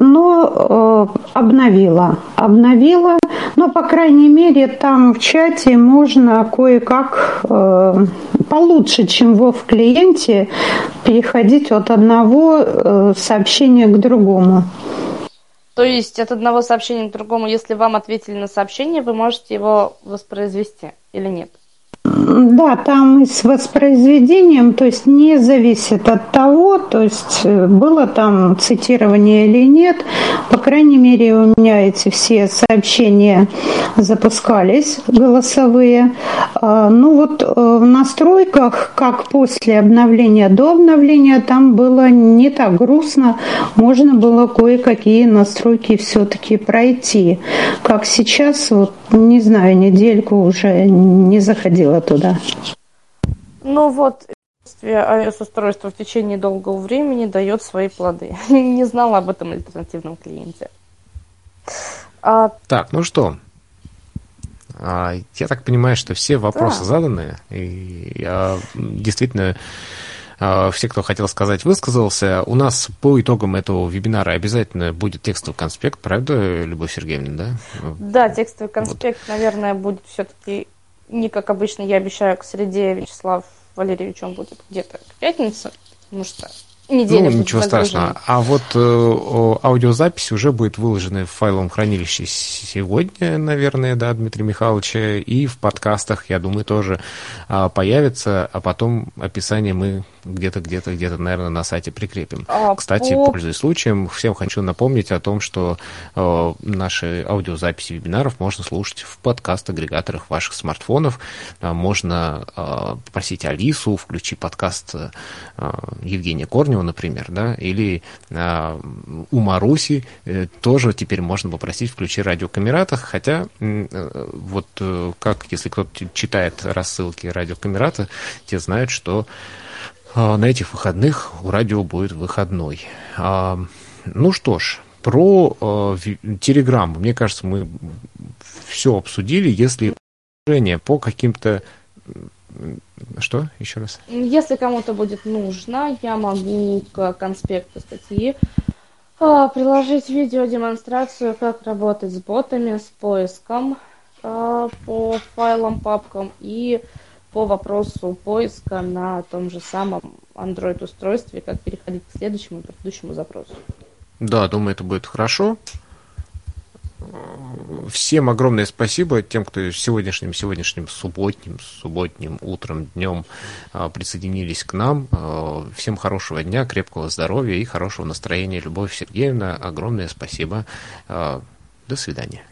но обновила. Обновила, но, по крайней мере, там в чате можно кое-как получше, чем в офф-клиенте, переходить от одного сообщения к другому. То есть от одного сообщения к другому, если вам ответили на сообщение, вы можете его воспроизвести или нет? Да, там и с воспроизведением, то есть не зависит от того, то есть было там цитирование или нет. По крайней мере, у меня эти все сообщения запускались, голосовые. Ну вот в настройках, как после обновления, до обновления, там было не так грустно. Можно было кое-какие настройки все-таки пройти. Как сейчас, вот не знаю, недельку уже не заходила туда. Ну вот, iOS-устройство в течение долгого времени дает свои плоды. Не знала об этом альтернативном клиенте. А... Так, ну что, а, я так понимаю, что все вопросы да. заданы. И я действительно... Все, кто хотел сказать, высказался. У нас по итогам этого вебинара обязательно будет текстовый конспект, правда, Любовь Сергеевна, да? Да, текстовый конспект, вот. Наверное, будет все-таки не как обычно, я обещаю, к среде, Вячеслав Валерьевич, он будет где-то к пятнице, потому что неделя ну, ничего страшного. А вот э, аудиозапись уже будет выложена в файловом хранилище сегодня, наверное, да, Дмитрия Михайловича, и в подкастах, я думаю, тоже э, появится, а потом описание мы где-то, где-то, где-то, наверное, на сайте прикрепим. А Кстати, по... пользуясь случаем, всем хочу напомнить о том, что э, наши аудиозаписи вебинаров можно слушать в подкаст-агрегаторах ваших смартфонов. Э, можно э, попросить Алису, включи подкаст э, Евгения Корнева, например, да, или э, у Маруси э, тоже теперь можно попросить включи радио Камерата, хотя э, вот э, как, если кто-то читает рассылки радио Камерата, те знают, что на этих выходных у радио будет выходной. Ну что ж, про Telegram, мне кажется, мы все обсудили. Если решение по каким-то... Что? Еще раз. Если кому-то будет нужно, я могу к конспекту статьи приложить видеодемонстрацию, как работать с ботами, с поиском по файлам, папкам и по вопросу поиска на том же самом Android-устройстве, как переходить к следующему и предыдущему запросу. Да, думаю, это будет хорошо. Всем огромное спасибо тем, кто сегодняшним, сегодняшним субботним, субботним утром, днем присоединились к нам. Всем хорошего дня, крепкого здоровья и хорошего настроения. Любовь Сергеевна, огромное спасибо. До свидания.